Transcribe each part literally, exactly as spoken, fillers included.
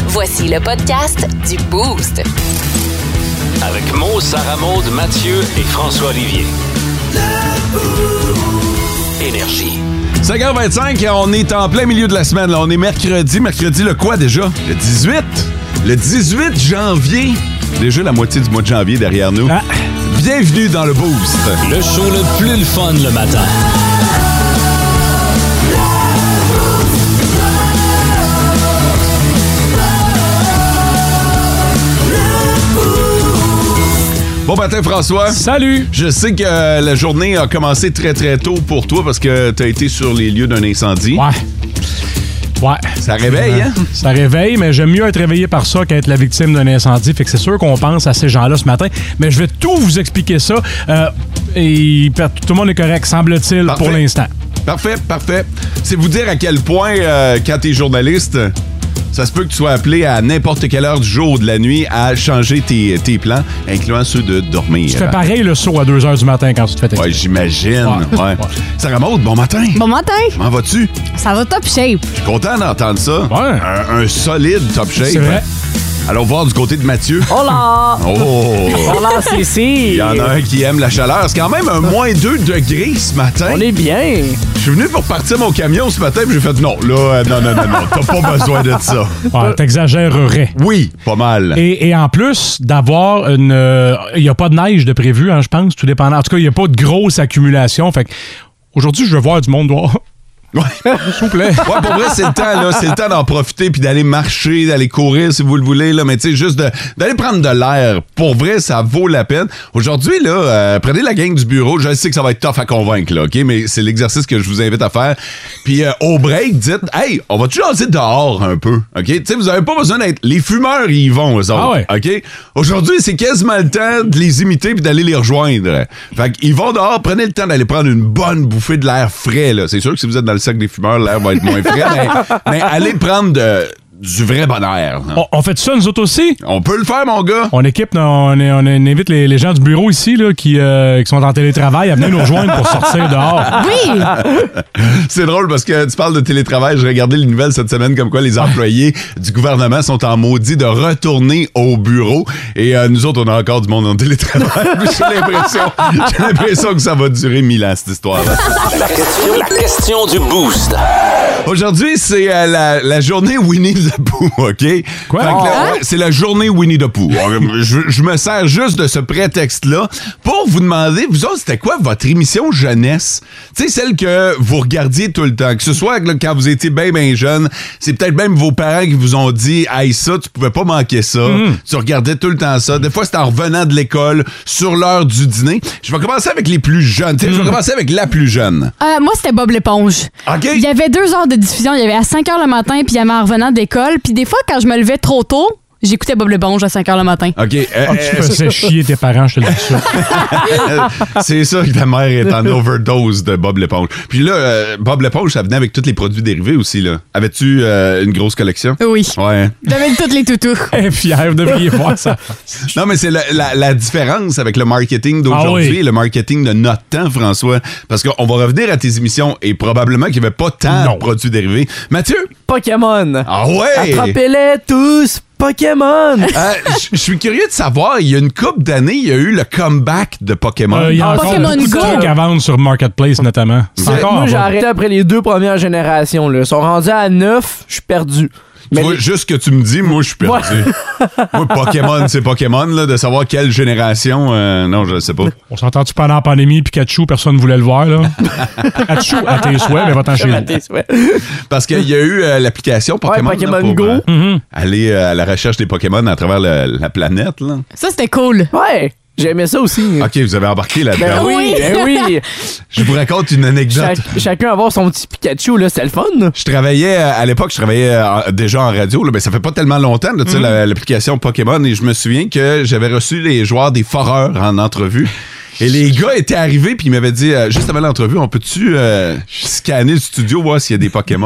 Voici le podcast du Boost. Avec Mo, Sarah Maud, Mathieu et François Olivier. Énergie. cinq heures vingt-cinq, on est en plein milieu de la semaine. Là. On est mercredi. Mercredi le quoi déjà? Le dix-huit? Le dix-huit janvier. Déjà la moitié du mois de janvier derrière nous. Ah. Bienvenue dans le Boost. Le show le plus le fun le matin. Bon matin, François. Salut. Je sais que euh, la journée a commencé très, très tôt pour toi parce que tu as été sur les lieux d'un incendie. Ouais. Ouais. Ça réveille, hein? Ça réveille, mais j'aime mieux être réveillé par ça qu'être la victime d'un incendie. Fait que c'est sûr qu'on pense à ces gens-là ce matin. Mais je vais tout vous expliquer ça. Euh, et tout le monde est correct, semble-t-il, Parfait. pour l'instant. Parfait, parfait. C'est vous dire à quel point, euh, quand t'es journaliste, ça se peut que tu sois appelé à n'importe quelle heure du jour ou de la nuit à changer tes, tes plans, incluant ceux de dormir. Tu fais pareil le saut à deux heures du matin quand tu te fais tes Ouais, j'imagine. Ouais. Ouais. Ouais. Sarah Maud, bon matin. Bon matin. Comment vas-tu? Ça va top shape. Je suis content d'entendre ça. Ouais. Un, un solide top shape. C'est vrai. Allons voir du côté de Mathieu. Hola! Oh! Hola, Cécile! Il y en a un qui aime la chaleur. C'est quand même un moins deux degrés ce matin. On est bien! Je suis venu pour partir mon camion ce matin puis j'ai fait non, là, euh, non, non, non, non, t'as pas besoin de ça. Ouais, t'exagérerais. Oui, pas mal. Et, et en plus d'avoir une... Il euh, n'y a pas de neige de prévu, hein, je pense, tout dépendant. En tout cas, il n'y a pas de grosse accumulation. Fait que aujourd'hui, je veux voir du monde dehors. Ouais. S'il vous plaît. Ouais, pour vrai, c'est le temps, là. C'est le temps d'en profiter puis d'aller marcher, d'aller courir si vous le voulez, là. Mais tu sais, juste de, d'aller prendre de l'air. Pour vrai, ça vaut la peine. Aujourd'hui, là, euh, prenez la gang du bureau. Je sais que ça va être tough à convaincre, là, OK? Mais c'est l'exercice que je vous invite à faire. Puis euh, au break, dites, hey, on va-tu jaser dehors un peu? OK? Tu sais, vous avez pas besoin d'être. Les fumeurs, ils y vont, eux autres. Ah ouais. OK? Aujourd'hui, c'est quasiment le temps de les imiter puis d'aller les rejoindre. Fait qu'ils vont dehors, prenez le temps d'aller prendre une bonne bouffée de l'air frais, là. C'est sûr que si vous êtes dans le sac des fumeurs, l'air va être moins frais, mais, mais allez prendre de, du vrai bon air. Hein. On, on fait ça nous autres aussi? On peut le faire, mon gars. On équipe, on, on, on invite les, les gens du bureau ici là, qui, euh, qui sont en télétravail à venir nous rejoindre pour sortir dehors. Oui. C'est drôle parce que tu parles de télétravail. Je regardais les nouvelles cette semaine comme quoi les employés du gouvernement sont en maudit de retourner au bureau. Et euh, nous autres, on a encore du monde en télétravail. J'ai l'impression, j'ai l'impression que ça va durer mille ans, cette histoire-là. La question, la question du Boost. Aujourd'hui, c'est euh, la, la journée Winnie the Pooh, OK? Quoi? Fait que là, ouais, c'est la journée Winnie the Pooh. Je, je me sers juste de ce prétexte-là pour vous demander, vous autres, c'était quoi votre émission jeunesse? Tu sais, celle que vous regardiez tout le temps. Que ce soit là, quand vous étiez bien, bien jeune, c'est peut-être même vos parents qui vous ont dit « Hey, ça, tu pouvais pas manquer ça. Mm. » Tu regardais tout le temps ça. Des fois, c'était en revenant de l'école, sur l'heure du dîner. Je vais commencer avec les plus jeunes. Mm. Je vais commencer avec la plus jeune. Euh, moi, c'était Bob l'éponge. OK? Il y avait deux heures de diffusion. Il y avait à cinq heures le matin, puis il y avait en revenant d'école. Puis des fois, quand je me levais trop tôt, j'écoutais Bob l'éponge à cinq heures le matin. OK. Euh, Oh, tu faisais chier tes parents, je te le dis ça. C'est ça que ta mère est en overdose de Bob l'éponge. Puis là, euh, Bob l'éponge, ça venait avec tous les produits dérivés aussi, là. Avais-tu euh, une grosse collection? Oui. Ouais. J'avais toutes les toutous. Elle est fière, vous devriez voir ça. Non, mais c'est la, la, la différence avec le marketing d'aujourd'hui Ah oui. et le marketing de notre temps, François. Parce qu'on va revenir à tes émissions et probablement qu'il n'y avait pas tant Non. de produits dérivés. Mathieu? Pokémon! Ah ouais! Attrapez-les tous! Pokémon! Euh, Je suis curieux de savoir, il y a une couple d'années, il y a eu le comeback de Pokémon. Euh, Il y a Ah, encore Pokémon beaucoup de Go. trucs à vendre sur Marketplace, notamment. C'est encore Moi, en j'ai vente. arrêté après les deux premières générations. Là. Ils sont rendus à neuf, je suis perdu. Tu Mais vois, les- juste ce que tu me dis, moi, je suis perdu. Moi, Pokémon, c'est Pokémon, là, de savoir quelle génération, euh, non, je ne sais pas. On s'entend-tu pendant la pandémie, Pikachu, personne ne voulait le voir, là? Pikachu, à tes souhaits, mais va-t'en chez à vous. tes souhaits. Parce qu'il y a eu euh, l'application Pokémon, Ouais, Pokémon là, pour, Go. euh, Mhm. aller euh, à la recherche des Pokémon à travers le- la planète. Là. Ça, c'était cool. Ouais, j'aimais ça aussi. OK, vous avez embarqué Ben là-dedans. oui, ben oui. Je vous raconte une anecdote. Chac- chacun avoir son petit Pikachu, là, c'était le fun. Je travaillais, euh, à l'époque, je travaillais euh, déjà en radio, là, ben, ça fait pas tellement longtemps, là, tu sais, Mm. la- l'application Pokémon, et je me souviens que j'avais reçu les joueurs des Foreurs en entrevue. Et les gars étaient arrivés puis ils m'avaient dit, euh, juste avant l'entrevue, on peut-tu euh, scanner le studio, voir s'il y a des Pokémon?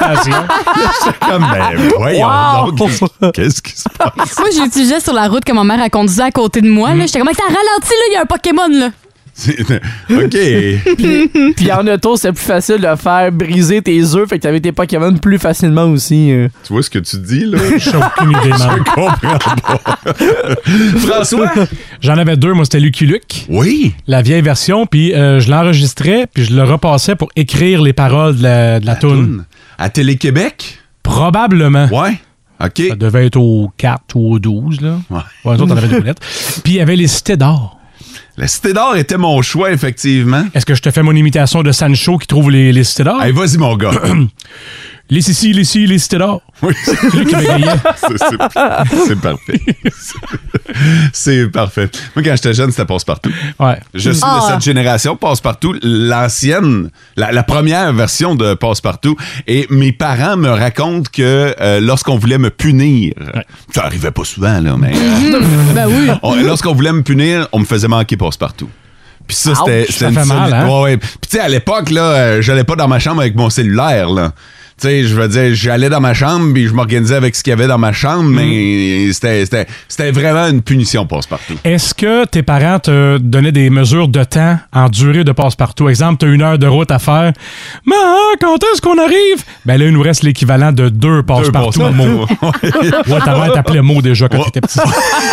J'étais comme, ben voyons Wow! donc, qu'est-ce- qu'est-ce qui se passe? Moi, j'utilisais sur la route que ma mère a conduit à côté de moi. là. J'étais comme, t'as ralenti, là, il y a un Pokémon, là. OK. Puis, puis en auto, c'est plus facile de faire briser tes œufs, fait que t'avais tes Pokémon plus facilement aussi. Euh. Tu vois ce que tu dis, là? J'ai aucune idée, man. Je comprends pas. François? J'en avais deux. Moi, c'était Lucky Luke. Oui. La vieille version, puis euh, je l'enregistrais, puis je le repassais pour écrire les paroles de la, de la, la toune. À Télé-Québec? Probablement. Ouais. OK. Ça devait être au quatre ou au douze, là. Ouais. Ouais, nous autres, on avait des boulettes. Puis il y avait les Cités d'or. La Cité d'or était mon choix, effectivement. Est-ce que je te fais mon imitation de Sancho qui trouve les, les Cités d'or? Hey, vas-y, mon gars. Les Sissi, les Sissi, les Cités d'or. Oui. C'est lui qui me gagnait. C'est, c'est, c'est parfait. C'est parfait. Moi, quand j'étais jeune, c'était Passe-Partout. Ouais. Je suis Ah. de cette génération, Passe-Partout, l'ancienne, la, la première version de Passe-Partout. Et mes parents me racontent que euh, lorsqu'on voulait me punir, Ouais. ça arrivait pas souvent, là, mais euh, Ben oui. on- lorsqu'on voulait me punir, on me faisait manquer Passe-Partout. Puis ça, c'était, Ouch, c'était ça une fait mal, solide- hein? Ouais, ouais. Puis tu sais, à l'époque, là, euh, j'allais pas dans ma chambre avec mon cellulaire, là. Tu sais, je veux dire, j'allais dans ma chambre puis je m'organisais avec ce qu'il y avait dans ma chambre, mais c'était, c'était, c'était vraiment une punition Passe-Partout. Est-ce que tes parents te donnaient des mesures de temps en durée de passe-partout? Exemple, tu as une heure de route à faire. Mais hein, quand est-ce qu'on arrive? Ben là, il nous reste l'équivalent de deux passe-partout. Deux Mo. Ouais, ta mère t'appelait Mo déjà quand Ouais. t'étais petit.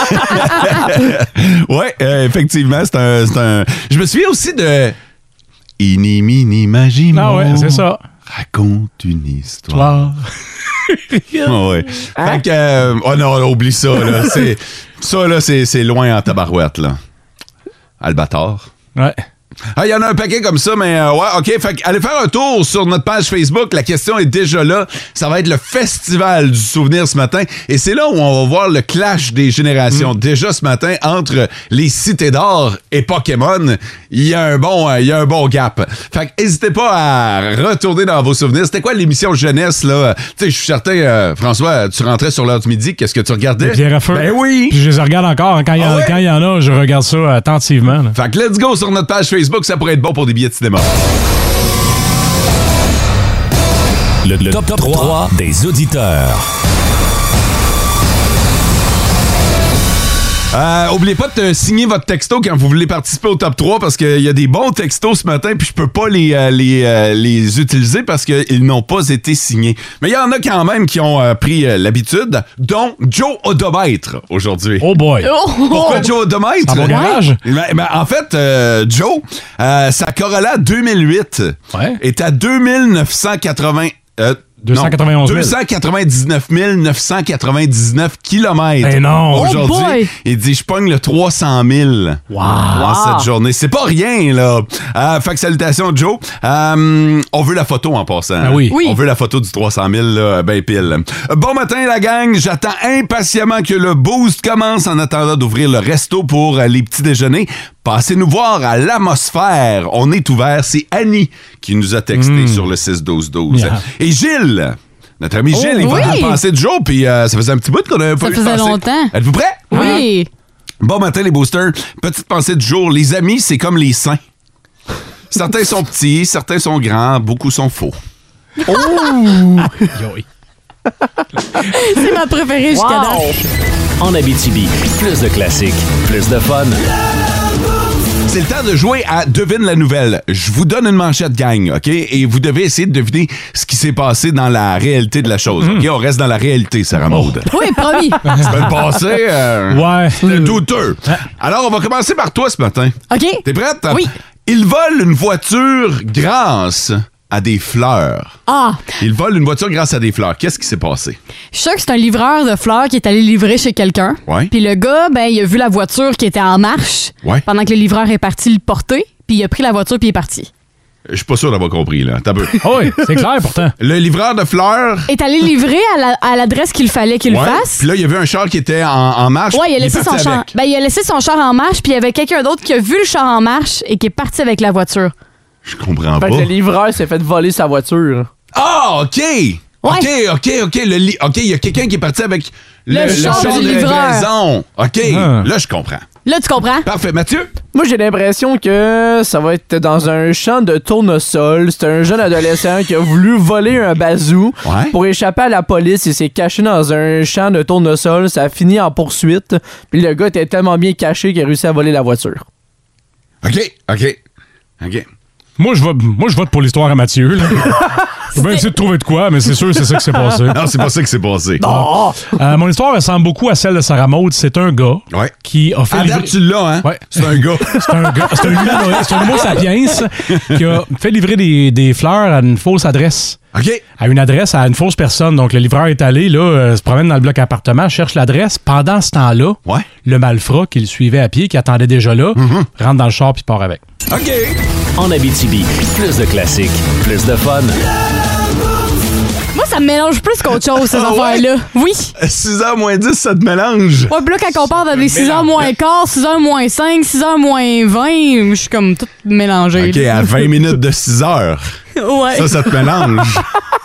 Ouais, euh, effectivement, c'est un, c'est un... Je me souviens aussi de... Ini, mini, magie, Ah ouais, c'est ça. Raconte une histoire. Toi. Ah ouais. Hein? Fait que... euh, oh non, là, oublie ça, là. C'est, ça, là, c'est, c'est loin en tabarouette, là. Albator. Ouais. Ah, il y en a un paquet comme ça, mais euh, ouais, OK. Fait que allez faire un tour sur notre page Facebook. La question est déjà là. Ça va être le festival du souvenir ce matin. Et c'est là où on va voir le clash des générations. Mm. Déjà ce matin, entre les Cités d'or et Pokémon, il y a un bon, euh, il y a un bon gap. Fait que n'hésitez pas à retourner dans vos souvenirs. C'était quoi l'émission jeunesse, là? Tu sais, je suis certain, euh, François, tu rentrais sur l'heure du midi. Qu'est-ce que tu regardais? Pierre à feu. Ben oui! Puis je les regarde encore. hein. Quand il y, en- Ah ouais? quand il y en a, je regarde ça attentivement. là. Fait que let's go sur notre page Facebook. Ça pourrait être bon pour des billets de cinéma. Le, le top, trois des auditeurs. Euh, oubliez pas de signer votre texto quand vous voulez participer au top trois parce qu'il y a des bons textos ce matin puis je peux pas les, euh, les, euh, les utiliser parce qu'ils n'ont pas été signés. Mais il y en a quand même qui ont euh, pris euh, l'habitude, dont Joe Odomètre aujourd'hui. Oh boy. Pourquoi Joe Odomètre? Dans mon garage? Ben, ben, en fait, euh, Joe, euh, sa Corolla deux mille huit Ouais. est à deux mille neuf cent quatre-vingts... Euh, deux cent quatre-vingt-onze mille. deux cent quatre-vingt-dix-neuf mille neuf cent quatre-vingt-dix-neuf kilomètres. Ben non. Aujourd'hui, Oh boy. il dit, je pogne le trois cent mille Wow. en cette journée. C'est pas rien, là. Euh, fait que salutations, Joe. Euh, on veut la photo en passant. Ah oui. Oui. On veut la photo du trois cent mille, là, ben pile. Bon matin, la gang. J'attends impatiemment que le boost commence en attendant d'ouvrir le resto pour euh, les petits déjeuners. Passez nous voir à l'Atmosphère. On est ouvert. C'est Annie qui nous a texté Mm. sur le six douze douze. Yeah. Et Gilles, notre ami Gilles, Oh, il va oui. nous passer de jour, puis euh, ça faisait un petit bout qu'on avait pas Ça eu de faisait passer. longtemps. Êtes-vous prêts? Oui. Bon matin, les boosters. Petite pensée du jour. Les amis, c'est comme les seins. Certains sont petits, certains sont grands, beaucoup sont faux. Yo. C'est ma préférée jusqu'à Wow. date. En Abitibi, plus de classiques, plus de fun. C'est le temps de jouer à Devine la nouvelle. Je vous donne une manchette, gang, OK? Et vous devez essayer de deviner ce qui s'est passé dans la réalité de la chose. OK? On reste dans la réalité, Sarah Maud. Oui, promis. Semaine passée, euh, Ouais. c'était douteux. Alors, on va commencer par toi ce matin. OK. T'es prête? Oui. Il vole une voiture grâce à des fleurs. Ah, Il vole une voiture grâce à des fleurs. Qu'est-ce qui s'est passé? je suis sûre que c'est un livreur de fleurs qui est allé livrer chez quelqu'un. Ouais. Puis le gars, ben, il a vu la voiture qui était en marche Ouais. pendant que le livreur est parti le porter. Puis il a pris la voiture puis il est parti. Je suis pas sûr d'avoir compris, là. T'as peu. Ah oui, c'est clair pourtant. Le livreur de fleurs. Est allé livrer à la- à l'adresse qu'il fallait qu'il Ouais. fasse. Puis là, il y avait un char qui était en, en marche. Ouais, il a est laissé son parti char. avec. Ben, il a laissé son char en marche, puis il y avait quelqu'un d'autre qui a vu le char en marche et qui est parti avec la voiture. Je comprends Fait pas. que le livreur s'est fait voler sa voiture. Ah, OK! OK, OK, OK. Le li- OK, il y a quelqu'un qui est parti avec le, Le char du de livreur. livraison. OK, Ah. là, je comprends. Là, tu comprends? Parfait. Mathieu? Moi, j'ai l'impression que ça va être dans un champ de tournesol. C'est un jeune adolescent qui a voulu voler un bazou Ouais. pour échapper à la police. Il s'est caché dans un champ de tournesol. Ça a fini en poursuite. Puis le gars était tellement bien caché qu'il a réussi à voler la voiture. OK, OK, OK. Moi, je vote, moi, je vote pour l'histoire à Mathieu. Là. Je vais essayer de trouver de quoi, mais c'est sûr c'est ça qui s'est passé. Non, c'est pas ça qui s'est passé. Oh. Euh, mon histoire ressemble beaucoup à celle de Sarah Maud. C'est un gars ouais. qui a fait... À livrer... date, tu l'as, hein? Ouais. C'est un gars. C'est un gars. C'est un humanoïde. C'est un homo sapiens qui a fait livrer des, des fleurs à une fausse adresse. OK. À une adresse à une fausse personne. Donc, le livreur est allé, là, euh, se promène dans le bloc appartement, cherche l'adresse. Pendant ce temps-là, ouais. le malfrat qui le suivait à pied, qui attendait déjà là, mm-hmm. rentre dans le char puis part avec. OK. En Abitibi, plus de classiques, plus de fun. Moi, ça me mélange plus qu'autre chose, ces ah affaires-là. Ouais? Oui. six heures moins dix, ça te mélange. Ouais, puis là, quand on parle dans des six heures moins quart, six heures moins cinq, six heures moins vingt, je suis comme toute mélangée. OK, à vingt minutes de six heures. Ouais. Ça, ça te mélange.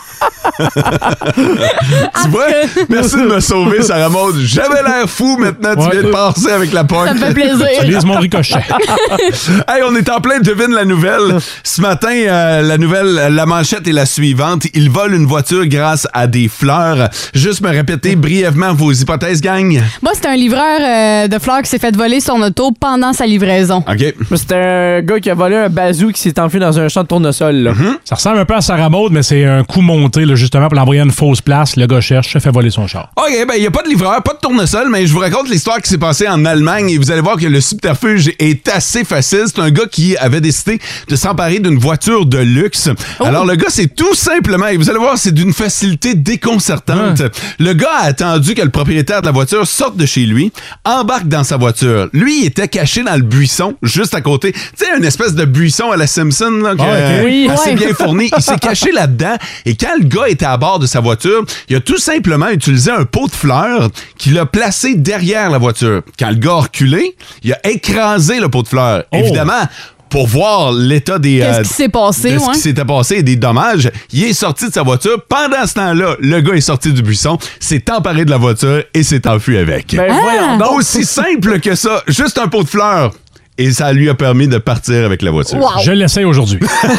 Tu vois? Merci de me sauver, Sarah Maud. J'avais l'air fou, maintenant tu ouais. viens de passer avec la pointe. Ça me fait plaisir. Tu lises mon ricochet. Hey, on est en plein devine la nouvelle. Ce matin, euh, la nouvelle, la manchette est la suivante. Il vole une voiture grâce à des fleurs. Juste me répéter brièvement vos hypothèses, gang. Moi, c'est un livreur euh, de fleurs qui s'est fait voler son auto pendant sa livraison. OK. C'est un gars qui a volé un bazou qui s'est enfui dans un champ de tournesol. Là. Mm-hmm. Ça ressemble un peu à Sarah Maud, mais c'est un coup monté, là, justement, pour l'envoyer à une fausse place. Le gars cherche, se fait voler son char. OK, ben, il n'y a pas de livreur, pas de tournesol, mais je vous raconte l'histoire qui s'est passée en Allemagne et vous allez voir que le subterfuge est assez facile. C'est un gars qui avait décidé de s'emparer d'une voiture de luxe. Oh. Alors, le gars, c'est tout simplement, et vous allez voir, c'est d'une facilité déconcertante. Ouais. Le gars a attendu que le propriétaire de la voiture sorte de chez lui, embarque dans sa voiture. Lui, il était caché dans le buisson, juste à côté. Tu sais, une espèce de buisson à la Simpson, là, que, oh, okay. oui, assez ouais. bien fourni. Il s'est caché là-dedans et quand le gars était à bord de sa voiture, il a tout simplement utilisé un pot de fleurs qu'il a placé derrière la voiture. Quand le gars a reculé, il a écrasé le pot de fleurs. Oh. Évidemment, pour voir l'état des... Qu'est-ce euh, qui s'est passé, de ce ouais? qui s'était passé et des dommages, il est sorti de sa voiture. Pendant ce temps-là, le gars est sorti du buisson, s'est emparé de la voiture et s'est enfui avec. Ben, voyons donc. Aussi simple que ça, juste un pot de fleurs. Et ça lui a permis de partir avec la voiture. Wow. Je l'essaie aujourd'hui.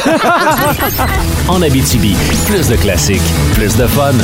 En Abitibi, plus de classiques, plus de fun.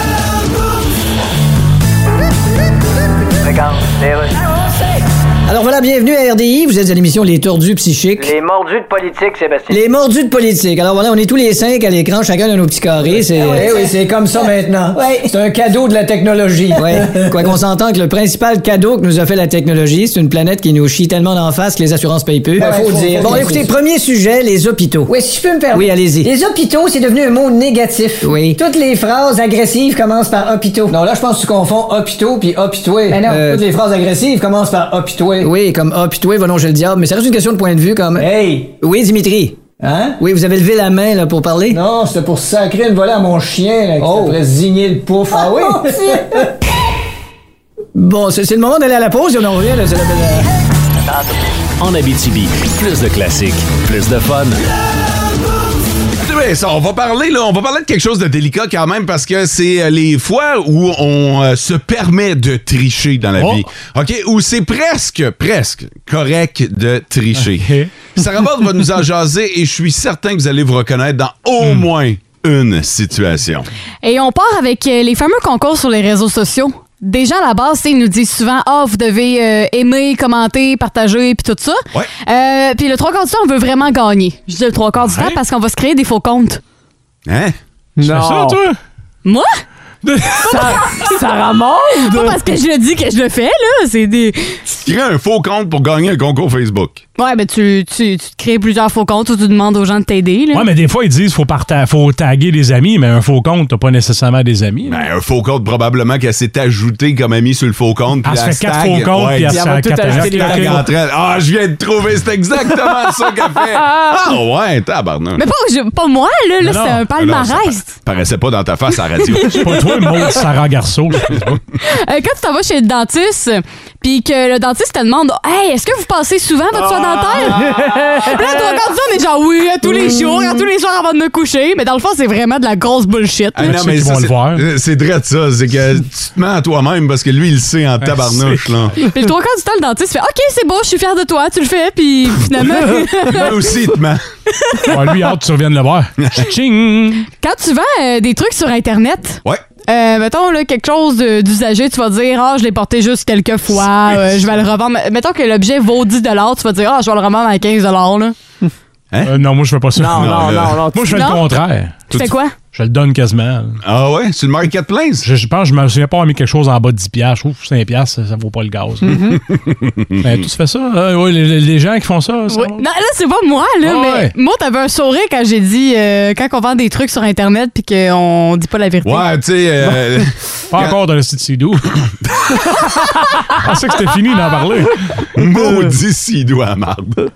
Regarde, c'est vrai. Alors voilà, bienvenue à R D I. Vous êtes à l'émission Les Tordus Psychiques. Les mordus de politique, Sébastien. Les mordus de politique. Alors voilà, on est tous les cinq à l'écran, chacun dans nos petits carrés. C'est, ah ouais, oui, c'est comme ça maintenant. Ouais. C'est un cadeau de la technologie. Ouais. Quoi qu'on s'entend que le principal cadeau que nous a fait la technologie, c'est une planète qui nous chie tellement d'en face que les assurances payent peu. Ouais, faut, faut dire. Bon, écoutez, premier sujet, les hôpitaux. Oui, si je peux me permettre. Oui, allez-y. Les hôpitaux, c'est devenu un mot négatif. Oui. Toutes les phrases agressives commencent par hôpitaux. Non, là, je pense que tu confonds hôpitaux puis hôpitoué. Ben non. Euh, Toutes les phrases agressives commencent par hôpitoué. Oui, comme hôpitoué. Toi, va non, j'ai le diable, mais ça reste une question de point de vue, comme... Hey! Oui, Dimitri? Hein? Oui, vous avez levé la main, là, pour parler? Non, c'était pour sacrer une volée à mon chien, là, qui oh. s'appelait zigner le pouf. Ah oui? Bon, c'est, c'est le moment d'aller à la pause et on en revient, là, c'est la... En Abitibi, plus de classiques, plus de fun. Ouais, ça, on va parler là, on va parler de quelque chose de délicat quand même parce que c'est les fois où on euh, se permet de tricher dans la oh. vie. OK, où c'est presque presque correct de tricher. Okay. Sarah Maud va nous en jaser et je suis certain que vous allez vous reconnaître dans au mm. moins une situation. Et on part avec les fameux concours sur les réseaux sociaux. Des gens à la base, ils nous disent souvent « Ah, oh, vous devez euh, aimer, commenter, partager, puis tout ça. Ouais. » euh, Puis le trois quarts du temps, on veut vraiment gagner. Je dis le trois quarts du ouais. temps parce qu'on va se créer des faux comptes. Hein? Non. C'est ça, toi? Moi? Ça, ça remonte! Pas parce que je le dis que je le fais, là. C'est des... Tu crées un faux compte pour gagner un concours Facebook. Ouais, ben tu, tu, tu te crées plusieurs faux comptes où tu demandes aux gens de t'aider, là. Ouais, mais des fois, ils disent qu'il faut, parta- faut taguer des amis, mais un faux compte, t'as pas nécessairement des amis. Ben, un faux compte, probablement qu'elle s'est ajoutée comme ami sur le faux compte. Elle se fait quatre faux comptes, puis elle se fait quatre ajouter. Ah, je viens de trouver, c'est exactement ça qu'elle fait. Ah, ouais, tabarnak. Mais pas, je, pas moi, là, là, c'est un palmarès. Non, ça paraissait pas dans ta face à la radio. C'est pas toi, Maud Sarah Garceau. euh, quand tu t'en vas chez le dentiste, puis que le dentiste te demande « Hey, est-ce que vous passez souvent votre soin dentaire? » Puis là, toi, quand ça, on est genre « Oui, à tous les jours, à tous les jours avant de me coucher. » Mais dans le fond, c'est vraiment de la grosse bullshit. Ah, non, mais ça, c'est, le c'est vrai de ça. C'est que tu te mens à toi-même parce que lui, il le sait en tabarnouche. Là. Puis le trois quarts du temps, le dentiste fait « OK, c'est beau, je suis fier de toi, tu le fais. » Puis finalement... Moi aussi, il te ment. Ouais, lui, hâte, tu reviennes le voir. Ching! Quand tu vends euh, des trucs sur Internet... Ouais. Euh, mettons, là, quelque chose de- d'usagé, tu vas dire, ah, je l'ai porté juste quelques fois, euh, je vais le revendre. Mettons que l'objet vaut dix dollars, tu vas dire, ah, je vais le revendre à quinze dollars, là. Hein? Euh, non, moi, je fais pas ça. Non, non, non, non. Moi, je fais Non? le contraire. Tu fais quoi? Je le donne quasiment. Ah ouais? C'est le marketplace? Je, je pense que je me souviens pas avoir mis quelque chose en bas de dix piastres. Je trouve que cinq piastres, ça, ça vaut pas le gaz. Ben, tu fais ça? Euh, oui, les, les gens qui font ça. ça Oui. Non, là, c'est pas moi, là, Ah mais ouais. moi, t'avais un sourire quand j'ai dit, euh, quand on vend des trucs sur Internet puis qu'on dit pas la vérité. Ouais, tu sais... euh, Pas encore dans le site Sidou. Je pensais que c'était fini d'en parler. Maudit sidou à marde.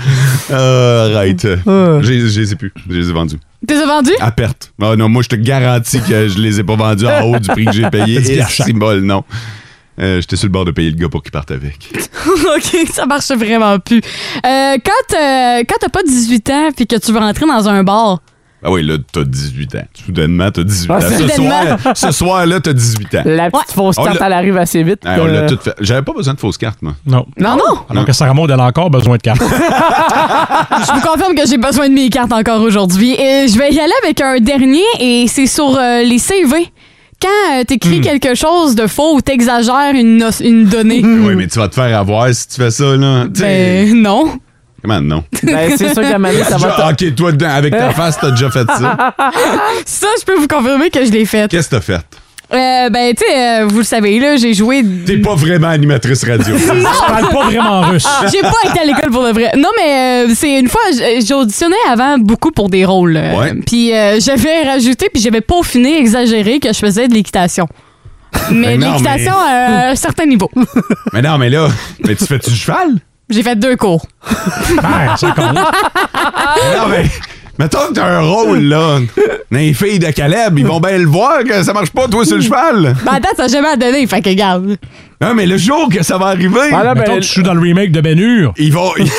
Euh, right. Je je les ai plus. Je les ai vendus. T'es vendu? À perte. Ah non, moi, je te garantis que je les ai pas vendus en haut du prix que j'ai payé. Du Et gâchant. c'est bol, non. Euh, J'étais sur le bord de payer le gars pour qu'il parte avec. OK, ça marche vraiment plus. Euh, quand euh, quand t'as pas dix-huit ans puis que tu veux rentrer dans un bar, Ah oui, là, t'as dix-huit ans. Soudainement, t'as dix-huit Ah, ans. Ce soudainement. soir, ce soir-là, t'as dix-huit ans. La petite fausse On carte, l'a- elle arrive assez vite. Hey, on l'a euh, tout fait. J'avais pas besoin de fausse carte, moi. Non. non, non. Alors que Sarah Maud, elle a encore besoin de carte. Je vous confirme que j'ai besoin de mes cartes encore aujourd'hui. Et je vais y aller avec un dernier et c'est sur euh, les C V. Quand euh, t'écris quelque chose de faux ou t'exagères une, no- une donnée. Oui, mais tu vas te faire avoir si tu fais ça, là. Tu sais, Ben non. comment non? Ben, c'est sûr qu'à un moment donné, ça va. Déjà, ok, toi, dedans, avec ta face, t'as déjà fait ça. Ça, je peux vous confirmer que je l'ai fait. Qu'est-ce que t'as fait? Euh, ben, tu sais, euh, vous le savez, là, j'ai joué. T'es pas vraiment animatrice radio. Je parle pas vraiment russe. J'ai pas été à l'école pour le vrai. Non, mais euh, c'est une fois, j- j'ai auditionné avant beaucoup pour des rôles. euh, Ouais. Puis euh, j'avais rajouté, puis j'avais peaufiné, exagéré que je faisais de l'équitation. Mais Ben non, l'équitation mais- à un certain niveau. Mais non, mais là, mais tu fais-tu du cheval? J'ai fait deux cours. Ben, ça compte. Mais non, mais. Mettons que t'as un rôle, là. Dans les filles de Caleb, ils vont bien le voir que ça marche pas, toi, sur le cheval. Ben, attends, ça n'a jamais donné, fait que regarde. Non, mais le jour que ça va arriver, Voilà, Mettons ben, que tu joues dans le remake de Ben Hur. ils vont. Ils,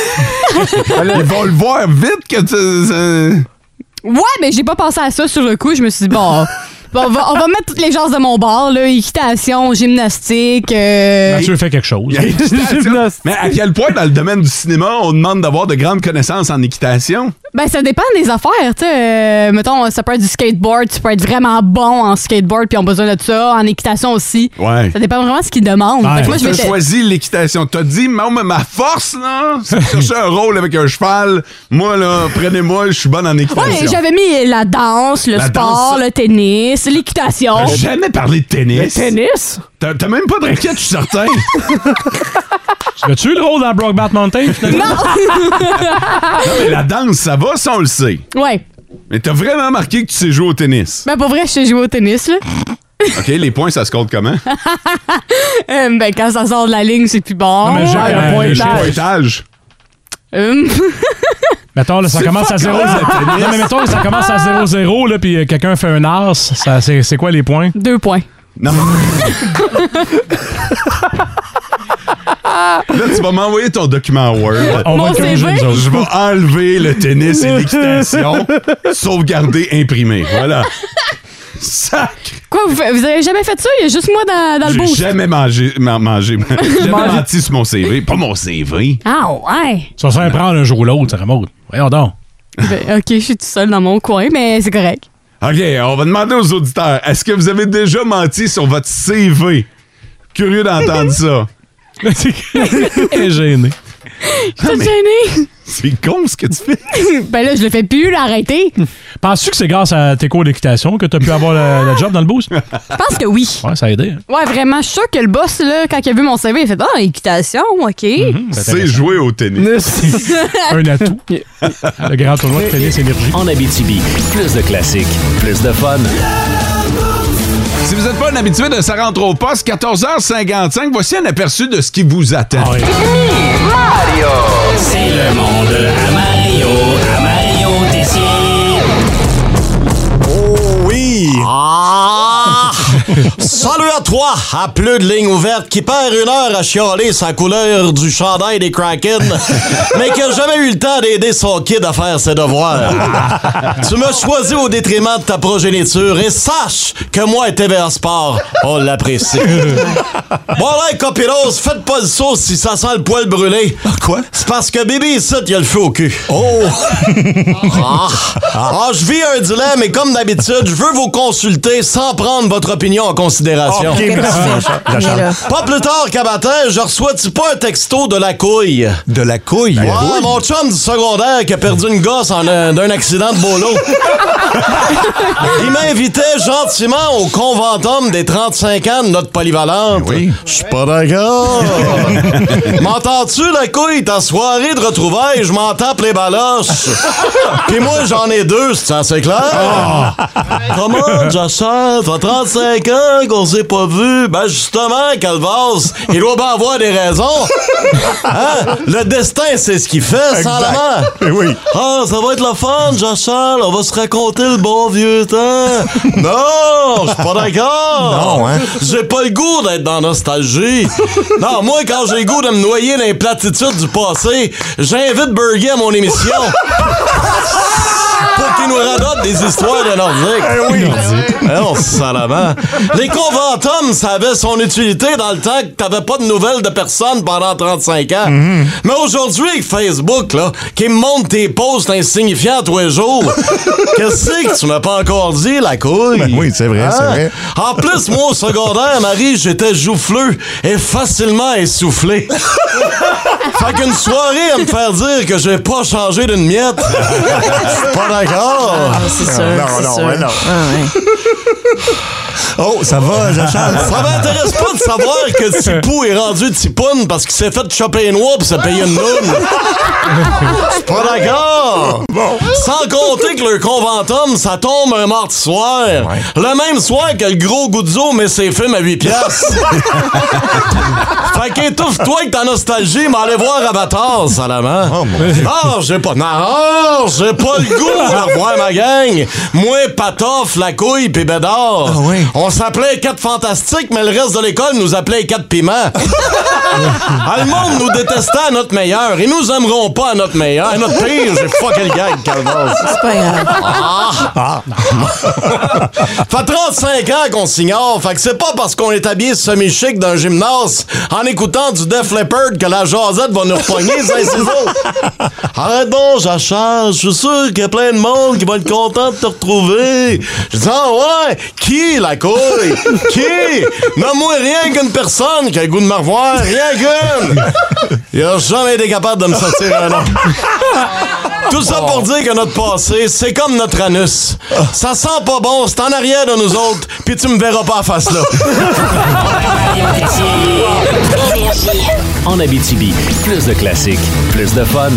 ils vont le voir vite que tu. ça- Ouais, mais j'ai pas pensé à ça sur le coup. Je me suis dit, bon, bon, on, va, on va mettre toutes les genres de mon bord, là. Équitation, gymnastique. Euh... Mathieu fait quelque chose. Gymnastique. Mais à quel point, dans le domaine du cinéma, on demande d'avoir de grandes connaissances en équitation? Ben, ça dépend des affaires, tu sais. Euh, mettons, ça peut être du skateboard. Tu peux être vraiment bon en skateboard puis on a besoin de ça. En équitation aussi. Ouais. Ça dépend vraiment de ce qu'ils demandent. Ouais. Fait que moi, je Tu as m'étais- choisi l'équitation. T'as dit, moi, ma force, là, c'est de chercher un rôle avec un cheval. Moi, là, prenez-moi, je suis bonne en équitation. Ouais, j'avais mis la danse, le La sport, danse. le tennis, l'équitation. T'as jamais parlé de tennis. Le tennis? T'as t'as même pas de raquette, je suis certain. As-tu eu le rôle dans Brokeback Mountain, finalement? Non, mais la danse, ça va, ça, on le sait. Ouais. Mais t'as vraiment marqué que tu sais jouer au tennis. Ben, pour vrai, je sais jouer au tennis, là. OK, les points, ça se compte comment? Euh, ben, quand ça sort de la ligne, c'est plus bon. Non, mais j'ai- Ouais, euh, le pointage. j'ai- Pointage. Euh, Mettons, là, ça C'est commence à fuck zéro all, zéro. le tennis. Non, mais mettons, ça commence à zéro zéro, là, puis euh, quelqu'un fait un as. Ça, c'est, c'est quoi les points? Deux points. Non. Là, tu vas m'envoyer ton document Word. On Mon va corriger, C V? nous autres. Je vais enlever le tennis et l'équitation, sauvegarder, imprimer. Voilà. Sac! Quoi, vous, fa- vous avez jamais fait ça? Il y a juste moi dans, dans le J'ai boost. jamais mangé, ma- mangé, j'ai jamais menti sur mon C V. Pas mon C V. Ah ouais. Tu vas se faire prendre un jour ou l'autre, Sarah Maud. Voyons donc. Ben, ok, je suis tout seul dans mon coin, mais c'est correct. OK, on va demander aux auditeurs, est-ce que vous avez déjà menti sur votre C V? Curieux d'entendre ça. Elle est gênée. Je suis gênée. C'est con ce que tu fais. Ben là, je le fais plus, là, arrêtez. Penses-tu que c'est grâce à tes cours d'équitation que tu as pu avoir le, le job dans le boost? Je pense que oui. Ouais, ça a aidé. hein. Ouais, vraiment, je suis sûre que le boss, là, quand il a vu mon C V, il a fait « Ah, équitation, OK. Mhm, c'est C'est intéressant. jouer au tennis. Un atout. Le grand tournoi de tennis énergie. En Abitibi, plus de classiques, plus de fun. Si vous n'êtes pas un habitué de Ça rentre au poste, quatorze heures cinquante-cinq, voici un aperçu de ce qui vous attend. Ah oui. C'est le monde à Mario, à Mario Tessier. Oh oui! Ah! Salut à toi, à plus de ligne ouverte, qui perd une heure à chialer sa couleur du chandail des Kraken, mais qui a jamais eu le temps d'aider son kid à faire ses devoirs. Tu m'as choisi au détriment de ta progéniture et sache que moi et T V A Sport, on l'apprécie. Bon là, copinos, faites pas le saut si ça sent le poil brûlé. Quoi? C'est parce que bébé ici, il y a le feu au cul. Oh! Ah, ah je vis un dilemme et comme d'habitude, je veux vous consulter sans prendre votre opinion en considération. OK, merci. Pas plus tard qu'à matin, je reçois-tu pas un texto de la couille? De la couille? Ouais, mon chum du secondaire qui a perdu une gosse en un- d'un accident de bolo. Il m'invitait gentiment au conventum des trente-cinq ans de notre polyvalente. Oui. Je suis pas d'accord. M'entends-tu, la couille? Ta soirée de retrouvailles, je m'en tape les baloches. Puis moi, j'en ai deux, c'est assez clair? Comment, Joshua? Ça fait trente-cinq ans qu'on s'est pas vu. Ben justement, Calvas, il doit bien avoir des raisons. Hein? Le destin, c'est ce qu'il fait, sans la main. Oui. Ah, ça va être le fun, Joshua. On va se raconter le bon vieux temps. Non, je suis pas d'accord. Non, hein? J'ai pas le goût d'être dans la nostalgie. Non, moi, quand j'ai le goût de me noyer dans les platitudes du passé, j'invite Berger à mon émission. Pour qu'il nous radote des histoires de Nordiques. Eh oui. Eh non, salamant. Les conventums, ça avait son utilité dans le temps que t'avais pas de nouvelles de personne pendant trente-cinq ans. Mm-hmm. Mais aujourd'hui, avec Facebook, là, qui me montre tes posts insignifiants tous les jours, qu'est-ce que tu m'as pas encore dit, la couille? Ben oui, c'est vrai, c'est vrai. En plus, moi, au secondaire, Marie, j'étais jouffleux et facilement essoufflé. Fait qu'une soirée à me faire dire que j'ai pas changé d'une miette, je suis pas d'accord. Ah, c'est sûr, Non, c'est non, sûr. ouais, non. Ah, ouais. Oh, ça va, Jean-Charles? Ça m'intéresse pas de savoir que Tipou est rendu Tipoun parce qu'il s'est fait choper une noix pis s'est payé une noune. Je suis pas d'accord. Bon. Sans compter que le conventum, ça tombe un mardi soir. Ouais. Le même soir que le gros Guzzo met ses films à huit piastres. Fait qu'étouffe-toi avec ta nostalgie, mais allez voir Avatar, Salaman. Oh, mon Dieu. Non, j'ai pas... Non, j'ai pas le goût de revoir ma gang. Moi, Patoff, La Couille pis Bédard. Ah oui. On s'appelait les quatre fantastiques, mais le reste de l'école nous appelait les quatre piments. Ah, le monde nous détestait à notre meilleur. Ils nous aimeront pas à notre meilleur. À notre pire, j'ai fucké le gag, Calvas. C'est pas grave. Ah! Fait trente-cinq ans qu'on s'ignore. Fait que c'est pas parce qu'on est habillé semi-chic d'un gymnase en écoutant du Def Leppard que la jasette va nous repogner, ça et ciseaux. Arrête donc, Jachard. Je suis sûr qu'il y a plein de monde qui va être content de te retrouver. Je dis, ah ouais? Qui, la couille? Qui? Nomme-moi rien qu'une personne qui a le goût de me revoir. Rien qu'une. Il a jamais été capable de me sortir un nom. Tout ça pour dire que notre passé, c'est comme notre anus. Ça sent pas bon, c'est en arrière de nous autres, puis tu me verras pas à face là. En Abitibi, plus de classiques, plus de fun.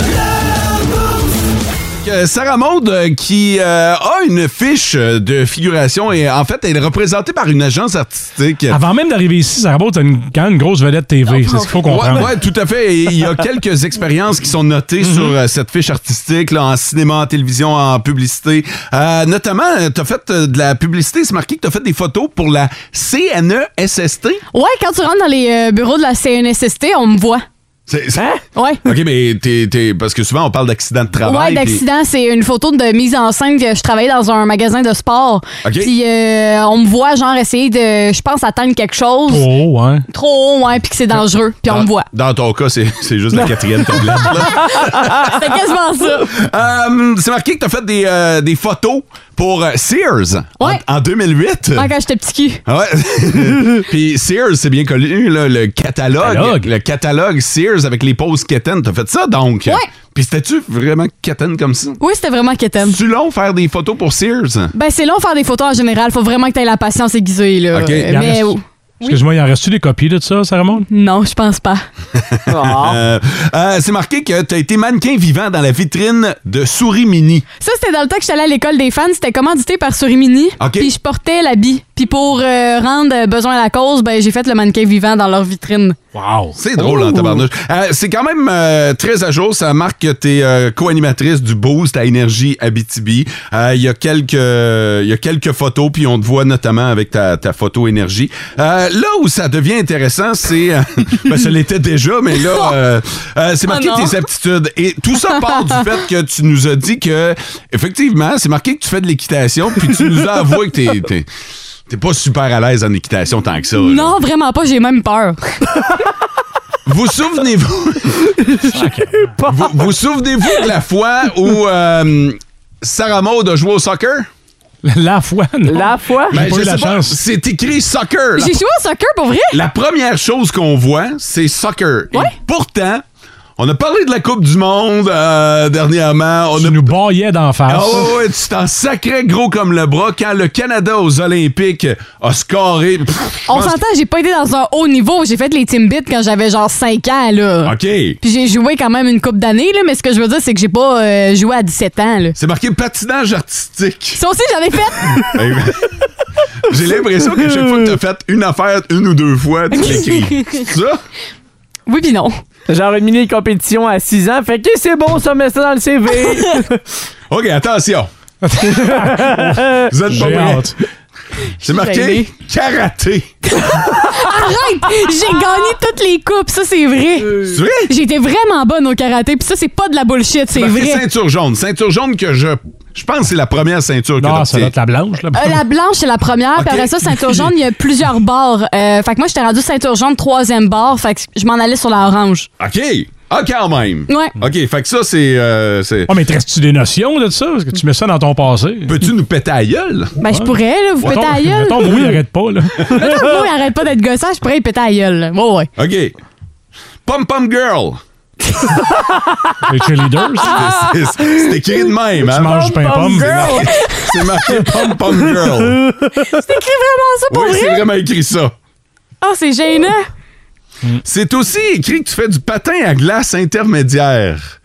Euh, Sarah Maud euh, qui euh, a une fiche de figuration et en fait elle est représentée par une agence artistique. Avant même d'arriver ici, Sarah Maud, t'as une, quand même une grosse vedette T V, c'est ce qu'il faut comprendre. Ouais, ouais, tout à fait. Et il y a quelques expériences qui sont notées mm-hmm. sur euh, cette fiche artistique, là, en cinéma, en télévision, en publicité. Euh, notamment, t'as fait euh, de la publicité, c'est marqué que t'as fait des photos pour la C N E S S T. Ouais, quand tu rentres dans les euh, bureaux de la C N E S S T, on me voit. C'est, c'est... Hein? Ouais. OK, mais t'es, t'es... parce que souvent, on parle d'accident de travail. Ouais, d'accident, pis... c'est une photo de mise en scène que je travaillais dans un magasin de sport. OK. Puis euh, on me voit, genre, essayer de, je pense, atteindre quelque chose. Trop haut, ouais. Trop haut, ouais, puis que c'est dangereux. Puis on me voit. Dans ton cas, c'est, c'est juste la quatrième tablette. C'était quasiment ça. Euh, c'est marqué que t'as fait des, euh, des photos pour Sears ouais. en, en deux mille huit. Ouais, quand j'étais petit cul. Ouais. Puis Sears, c'est bien connu, là, le catalogue, catalogue. Le catalogue Sears avec les poses quétaines. T'as fait ça, donc? Ouais. Puis c'était-tu vraiment quétaine comme ça? Oui, c'était vraiment quétaine. C'est-tu long faire des photos pour Sears? Ben, c'est long faire des photos en général. Faut vraiment que t'aies la patience aiguisée, là. OK. Euh, mais... Reste... Excuse-moi, il en reste-tu des copies de ça, Sarah Maud? Non, je pense pas. oh. euh, euh, c'est marqué que t'as été mannequin vivant dans la vitrine de Souris Mini. Ça, c'était dans le temps que j'étais allée à l'école des fans. C'était commandité par Souris Mini. Okay. Puis je portais l'habit Puis pour euh, rendre besoin à la cause, ben j'ai fait le mannequin vivant dans leur vitrine. Wow! C'est drôle, en tabarnouche. Euh, c'est quand même euh, très à jour. Ça marque que tu es euh, co-animatrice du Boost à Énergie Abitibi. Il euh, y a quelques il y a quelques photos, puis on te voit notamment avec ta, ta photo Énergie. Euh, là où ça devient intéressant, c'est... Euh, ben, ça l'était déjà, mais là, euh, euh, c'est marqué Oh tes aptitudes. Et tout ça part du fait que tu nous as dit que, effectivement, c'est marqué que tu fais de l'équitation, puis tu nous as avoué que t'es... t'es T'es pas super à l'aise en équitation tant que ça. Là. Non, vraiment pas, j'ai même peur. Vous souvenez-vous... vous, vous souvenez-vous de la fois où euh, Sarah Maud a joué au soccer? La fois, non. La fois? Ben, J'ai pas je eu la sais pas, chance. c'est écrit soccer. La, J'ai joué au soccer pour vrai? la première chose qu'on voit, c'est soccer. Ouais. Et pourtant, on a parlé de la Coupe du Monde euh, dernièrement. On Tu a... nous baillais d'en face. Ah ouais, ouais, tu t'en sacrais gros comme le bras quand le Canada aux Olympiques a scoré. Pff, je On pense- s'entend, j'ai pas été dans un haut niveau. J'ai fait les Timbits quand j'avais genre cinq ans, là. OK. Puis j'ai joué quand même une couple d'années, là, mais ce que je veux dire, c'est que j'ai pas euh, joué à dix-sept ans, là. C'est marqué patinage artistique. Ça aussi, j'en ai fait. J'ai l'impression que chaque fois que t'as fait une affaire une ou deux fois, tu l'écris. C'est ça? Oui puis non. Genre une mini-compétition à six ans. Fait que c'est bon, ça, met ça dans le C V. OK, attention. Vous êtes J'ai pas prêts? hâte. C'est marqué gênée. karaté. Arrête! J'ai gagné toutes les coupes, ça c'est vrai. C'est vrai? J'étais vraiment bonne au karaté, puis ça c'est pas de la bullshit, c'est Marqué vrai. ceinture jaune. Ceinture jaune que je... Je pense que c'est la première ceinture que Non, t'as ça doit être la blanche. Là. Euh, la blanche, c'est la première. Ok. Puis après ça, ceinture jaune, il y a plusieurs barres. Euh, fait que moi, j'étais rendu ceinture jaune, troisième barre. Fait que je m'en allais sur la orange. OK. Ah, quand même. Ouais. OK, fait que ça, c'est... euh, c'est- Oh, mais te restes-tu des notions de ça? Est-ce que tu mets ça dans ton passé? Peux-tu nous péter à gueule? Ben, je pourrais, là, vous péter à la gueule. Mettons, moi, il arrête pas, là. Mettons que moi, il arrête pas d'être gossant, je pourrais y péter à la gueule. là. Ouais, ouais. OK. Pom-pom girl. Les cheerleaders. C'est- C'est c'est écrit de même, hein? Tu manges du pain pomme. C'est marqué pom-pom girl. C'est écrit vraiment ça pour Oui, c'est vrai? vraiment écrit ça. Ah, c'est gênant. C'est aussi écrit que tu fais du patin à glace intermédiaire.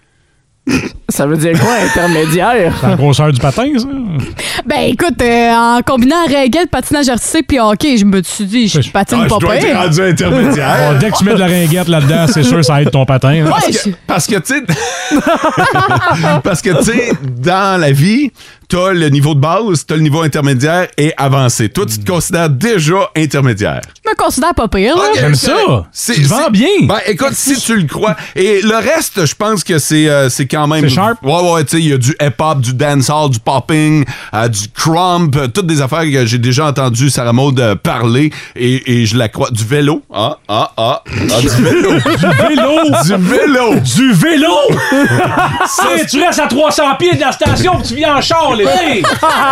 Ça veut dire quoi, intermédiaire? C'est la grosseur du patin, ça? Ben, écoute, euh, en combinant raquette, patinage artistique puis hockey, je me suis dit, je patine Ah, pas je dois être pire. rendu intermédiaire. Bon, dès que tu mets de la ringuette là-dedans, c'est sûr, ça aide ton patin. hein. Parce Ouais, que, je- parce que, tu sais, parce que, tu sais, dans la vie, t'as le niveau de base, t'as le niveau intermédiaire et avancé. Toi, tu te considères déjà intermédiaire. Je me considère pas pire, là. Ok, J'aime c'est ça. correct. C'est- Tu te vends c'est- bien. Ben, écoute, si tu le crois. Et le reste, je pense que c'est euh, c'est quand même... C'est sharp. Ouais, ouais, tu sais, il y a du hip-hop, du dancehall, du popping, euh, du crump, euh, toutes des affaires que j'ai déjà entendu Sarah Maud euh, parler et, et je la crois. Du vélo. Ah, ah, ah. ah du vélo. Du vélo! du vélo. Du vélo! C'est, tu restes à trois cents pieds de la station puis tu viens en char l'été!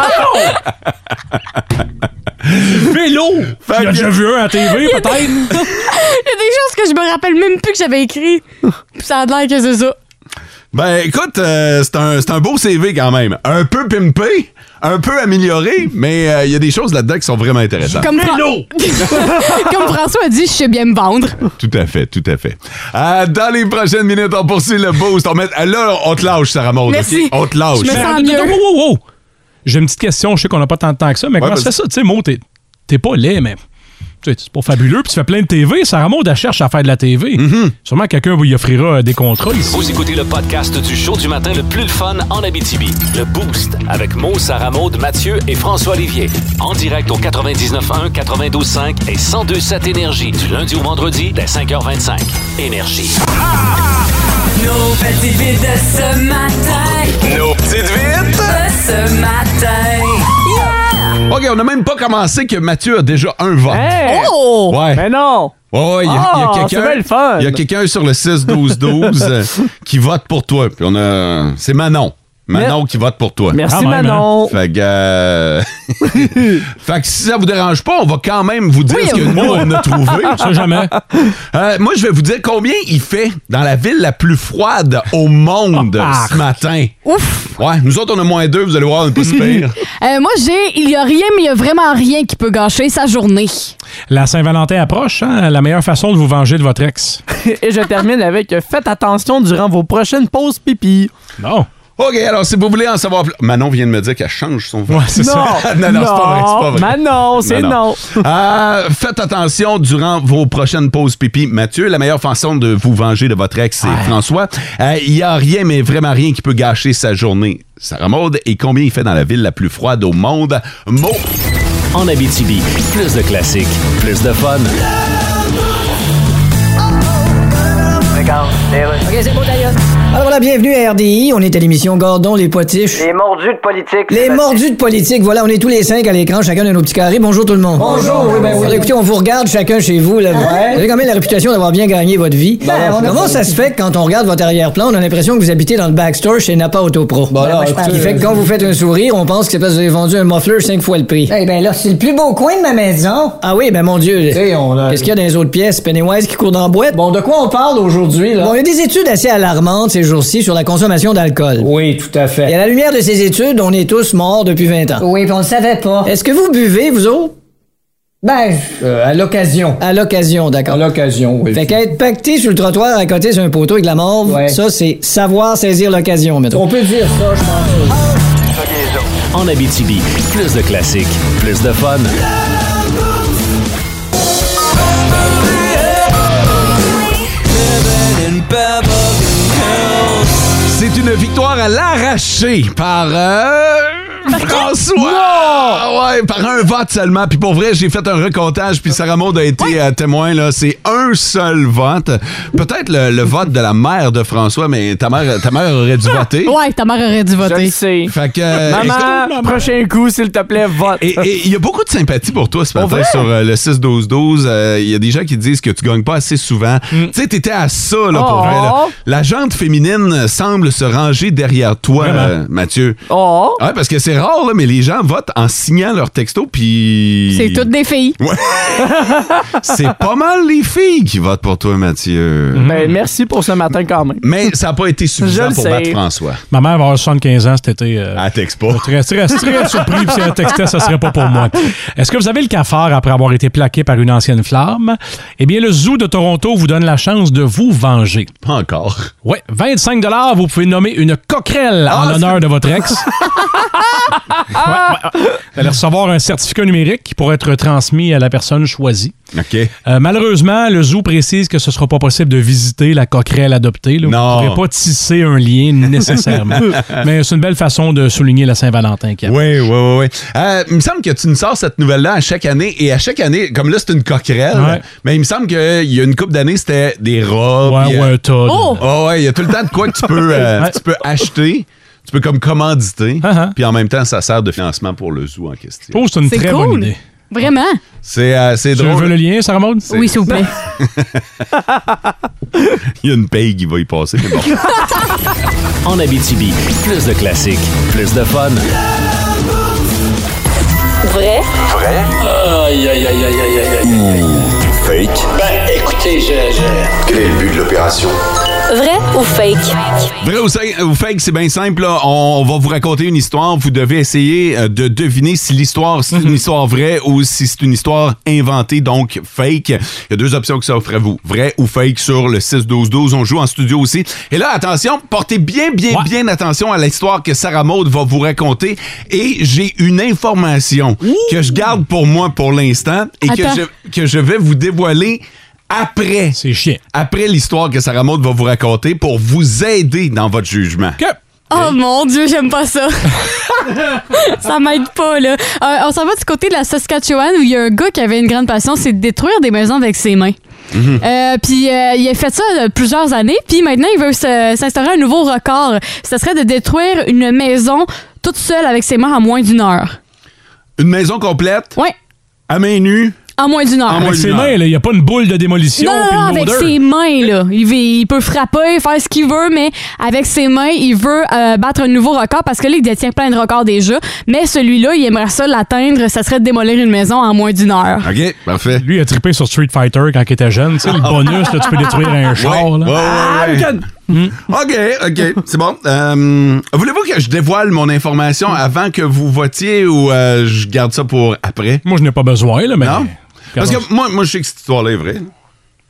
Vélo! Fait Tu as que- déjà vu un à T V, peut-être? Il y a des choses que je me rappelle même plus que j'avais écrit. Puis ça a l'air que c'est ça. Ben, écoute, euh, c'est un, c'est un beau C V quand même. Un peu pimpé, un peu amélioré, mais euh, il y a des choses là-dedans qui sont vraiment intéressantes. Comme, Fra- Comme François a dit, je sais bien me vendre. Tout à fait, tout à fait. Euh, dans les prochaines minutes, on poursuit le boost. On met, euh, là, on te lâche, Sarah Maud. Merci. OK? On te lâche. Je me Mais, sens attends, mieux. attends, wow, wow, wow. J'ai une petite question. Je sais qu'on n'a pas tant de temps que ça, mais comment vas-y. ça fait ça? Tu sais, Mo, t'es, t'es pas laid, mais tu sais, c'est pas fabuleux. Puis tu fais plein de T V. Sarah Maud, elle cherche à faire de la T V. Sûrement quelqu'un vous y offrira euh, des contrats ici. Vous écoutez le podcast du show du matin le plus le fun en Abitibi. Le Boost avec Mo, Sarah Maud, Mathieu et François Olivier. En direct au quatre-vingt-dix-neuf un, quatre-vingt-douze cinq et cent deux sept Énergie du lundi au vendredi dès cinq heures vingt-cinq. Énergie. Nos petites vites de ce matin. Nos petites vites De ce matin. Yeah! OK, on n'a même pas commencé que Mathieu a déjà un vote. Hey! Oh! Ouais. Mais non! Ouais, ouais, il y a, il y a Ah, c'est quelqu'un. bien le fun. Il y a quelqu'un sur le six douze douze euh, qui vote pour toi. Puis on a. C'est Manon. Manon qui vote pour toi. Merci, Quand même, Manon. Fait que. euh, fait que si ça vous dérange pas, on va quand même vous dire Oui, ce que oui. nous, on a trouvé. Ça, jamais. Euh, moi, je vais vous dire combien il fait dans la ville la plus froide au monde Ah. ce matin. Ouf! Ouais, nous autres, on a moins deux, vous allez voir, on n'est pas si pire. Euh, moi, j'ai, il y a rien, mais il y a vraiment rien qui peut gâcher sa journée. La Saint-Valentin approche, hein? La meilleure façon de vous venger de votre ex. Et je termine avec euh, faites attention durant vos prochaines pauses pipi. Non. OK, alors si vous voulez en savoir plus... Manon vient de me dire qu'elle change son vote. Ouais, c'est Non, ça. non, non, c'est pas vrai, c'est pas vrai. Manon, c'est non. non. Euh, faites attention durant vos prochaines pauses pipi. Mathieu, la meilleure façon de vous venger de votre ex, c'est ouais. François. Il euh, n'y a rien, mais vraiment rien qui peut gâcher sa journée. Sarah Maud, et combien il fait dans la ville la plus froide au monde? Mo. En Abitibi, plus de classiques, plus de fun. OK, c'est bon, d'ailleurs. Alors voilà, bienvenue à R D I. On est à l'émission Gordon, les potiches. Les mordus de politique. Les mordus de politique. Voilà, on est tous les cinq à l'écran, chacun de nos petits carrés. Bonjour tout le monde. Bonjour, oui, ben oui. Alors, écoutez, on vous regarde chacun chez vous. Là. Ouais. Vous avez quand même la réputation d'avoir bien gagné votre vie. Ben, on Comment ça se fait que quand on regarde votre arrière-plan, on a l'impression que vous habitez dans le backstore chez Napa Autopro? Bon, alors, Ce qui fait que quand vous faites un sourire, on pense que c'est parce que vous avez vendu un muffler cinq fois le prix. Eh ben là, c'est le plus beau coin de ma maison. Ah oui, ben mon Dieu. On a... Qu'est-ce qu'il y a dans les autres pièces? Pennywise qui court dans la boîte? Bon, de quoi on parle aujourd'hui, là? Bon, il y a des études assez alarmantes ces jours-ci sur la consommation d'alcool. Oui, tout à fait. Et à la lumière de ces études, on est tous morts depuis vingt ans. Oui, puis on le savait pas. Est-ce que vous buvez, vous autres? Ben, euh, à l'occasion. À l'occasion, d'accord. À l'occasion, oui. Fait qu'être pacté sur le trottoir à côté sur un poteau avec de la morve, ouais. Ça, c'est savoir saisir l'occasion, mettons. On peut dire ça, je pense. En Abitibi, plus de classiques, plus de fun. C'est une victoire à l'arraché par euh, François. Non! Ouais, par un vote seulement. Puis pour vrai, j'ai fait un recomptage, puis Sarah Maud a été ouais. euh, témoin. Là, c'est un seul vote. Peut-être le, le vote de la mère de François, mais ta mère, ta mère aurait dû voter. Ouais, ta mère aurait dû voter. Je le sais. Fait que, euh, maman, prochain coup, s'il te plaît, vote. Et il y a beaucoup de sympathie pour toi ce matin sur euh, le six douze douze. Il euh, y a des gens qui disent que tu gagnes pas assez souvent. Mm. Tu sais, t'étais à ça, là, pour oh. vrai. Là. La jante féminine semble se ranger derrière toi, euh, Mathieu. Oh. Ouais, parce que c'est rare, là, mais les gens votent en signant leur texto, puis... C'est toutes des filles. Ouais. C'est pas mal les filles qui votent pour toi, Mathieu. Mm-hmm. Ben, merci pour ce matin quand même. Mais ça n'a pas été suffisant pour battre François. Ma mère va avoir soixante-quinze ans cet été. Euh, elle texte pas. Très, très, très surpris, puis si elle textait, ça serait pas pour moi. Est-ce que vous avez le cafard après avoir été plaqué par une ancienne flamme? Eh bien, le Zoo de Toronto vous donne la chance de vous venger. Pas encore. Oui, vingt-cinq dollars, vous pouvez nommer une coquerelle ah, en l'honneur c'est... de votre ex. ouais, ouais. Vous allez recevoir un certificat numérique qui pourra être transmis à la personne choisie. OK. Euh, malheureusement, le Zoo précise que ce ne sera pas possible de visiter la coquerelle adoptée. Là. Non. Vous ne pourrez pas tisser un lien nécessairement. Mais c'est une belle façon de souligner la Saint-Valentin. Oui, oui, oui. oui. Euh, il me semble que tu nous sors cette nouvelle-là à chaque année. Et à chaque année, comme là, c'est une coquerelle. Ouais. Mais il me semble qu'il y a une couple d'années, c'était des robes. Ouais, ouais, un tas. Oh! Oh, ouais, il y a tout le temps de quoi que tu peux, euh, ouais. tu peux acheter. Tu peux comme commanditer. Uh-huh. Puis en même temps, ça sert de financement pour le zoo en question. Oh, c'est une c'est très cool. bonne idée. Vraiment? C'est, euh, c'est drôle. Tu veux le lien, Sarah Maud? Oui, s'il vous plaît. Il y a une paye qui va y passer, mais bon. En Abitibi, plus de classiques, plus de fun. Vrai? Vrai? Aïe, aïe, aïe, aïe, aïe, aïe, aïe. Fake? Ben, écoutez, je, je... Quel est le but de l'opération? Vrai ou fake? Vrai ou fake, c'est bien simple. Là. On va vous raconter une histoire. Vous devez essayer de deviner si l'histoire, c'est une histoire vraie ou si c'est une histoire inventée, donc fake. Il y a deux options qui s'offrent à vous. Vrai ou fake sur le six douze douze. On joue en studio aussi. Et là, attention, portez bien, bien, ouais. bien attention à l'histoire que Sarah Maud va vous raconter. Et j'ai une information Ouh. que je garde pour moi pour l'instant et que je, que je vais vous dévoiler après. C'est chiant. Après l'histoire que Sarah Maud va vous raconter pour vous aider dans votre jugement. Que? Oh mon Dieu, j'aime pas ça. Ça m'aide pas, là. Euh, on s'en va du côté de la Saskatchewan où il y a un gars qui avait une grande passion, c'est de détruire des maisons avec ses mains. Mm-hmm. Euh, puis euh, il a fait ça euh, plusieurs années, puis maintenant il veut se, s'instaurer un nouveau record. Ce serait de détruire une maison toute seule avec ses mains en moins d'une heure. Une maison complète? Oui. À main nue? En moins d'une heure. Avec ses mains, il n'y a pas une boule de démolition. Non, non, avec ses mains, là. Il, il peut frapper, faire ce qu'il veut, mais avec ses mains, il veut euh, battre un nouveau record parce que là, il détient plein de records déjà. Mais celui-là, il aimerait ça l'atteindre, ça serait de démolir une maison en moins d'une heure. OK, parfait. Lui, il a trippé sur Street Fighter quand il était jeune. Tu sais, le bonus, là, tu peux détruire un char. Ouais, là. ouais, ouais, ouais. Mm. OK, OK, c'est bon. Euh, voulez-vous que je dévoile mon information avant que vous votiez ou euh, je garde ça pour après? Moi, je n'ai pas besoin, là, mais... Non? Parce que moi, moi, je sais que cette histoire-là est vraie.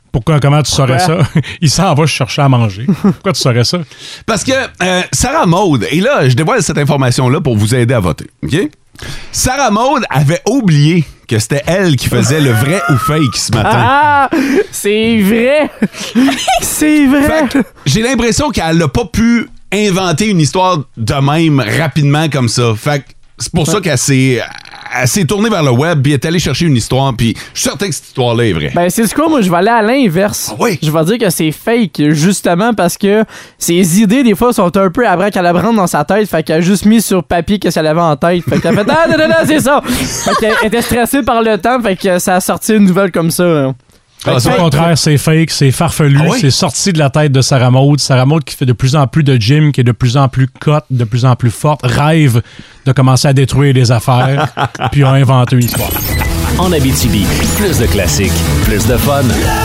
Pourquoi, comment tu saurais ça? Il s'en va chercher à manger. Pourquoi tu saurais ça? Parce que euh, Sarah Maud, et là, je dévoile cette information-là pour vous aider à voter, OK? Sarah Maud avait oublié que c'était elle qui faisait le vrai ou fake ce matin. Ah! C'est vrai! C'est vrai! Fait que j'ai l'impression qu'elle n'a pas pu inventer une histoire de même rapidement comme ça. Fait que c'est pour ça qu'elle s'est... Elle s'est tournée vers le web puis est allée chercher une histoire puis je suis certain que cette histoire-là est vraie. Ben, c'est quoi, moi, je vais aller à l'inverse. Ah oui? Je vais dire que c'est fake, justement parce que ses idées, des fois, sont un peu abracadabrantes dans sa tête. Fait qu'elle a juste mis sur papier qu'est-ce qu'elle avait en tête. Fait qu'elle a fait, ah, non, non, non, c'est ça! Fait qu'elle était stressée par le temps, fait que ça a sorti une nouvelle comme ça. Hein. Ah, au contraire, c'est fake, c'est farfelu, ah oui? C'est sorti de la tête de Sarah Maud. Sarah Maud qui fait de plus en plus de gym, qui est de plus en plus cote, de plus en plus forte, rêve de commencer à détruire les affaires, puis a inventé une histoire. En Abitibi, plus de classiques, plus de fun.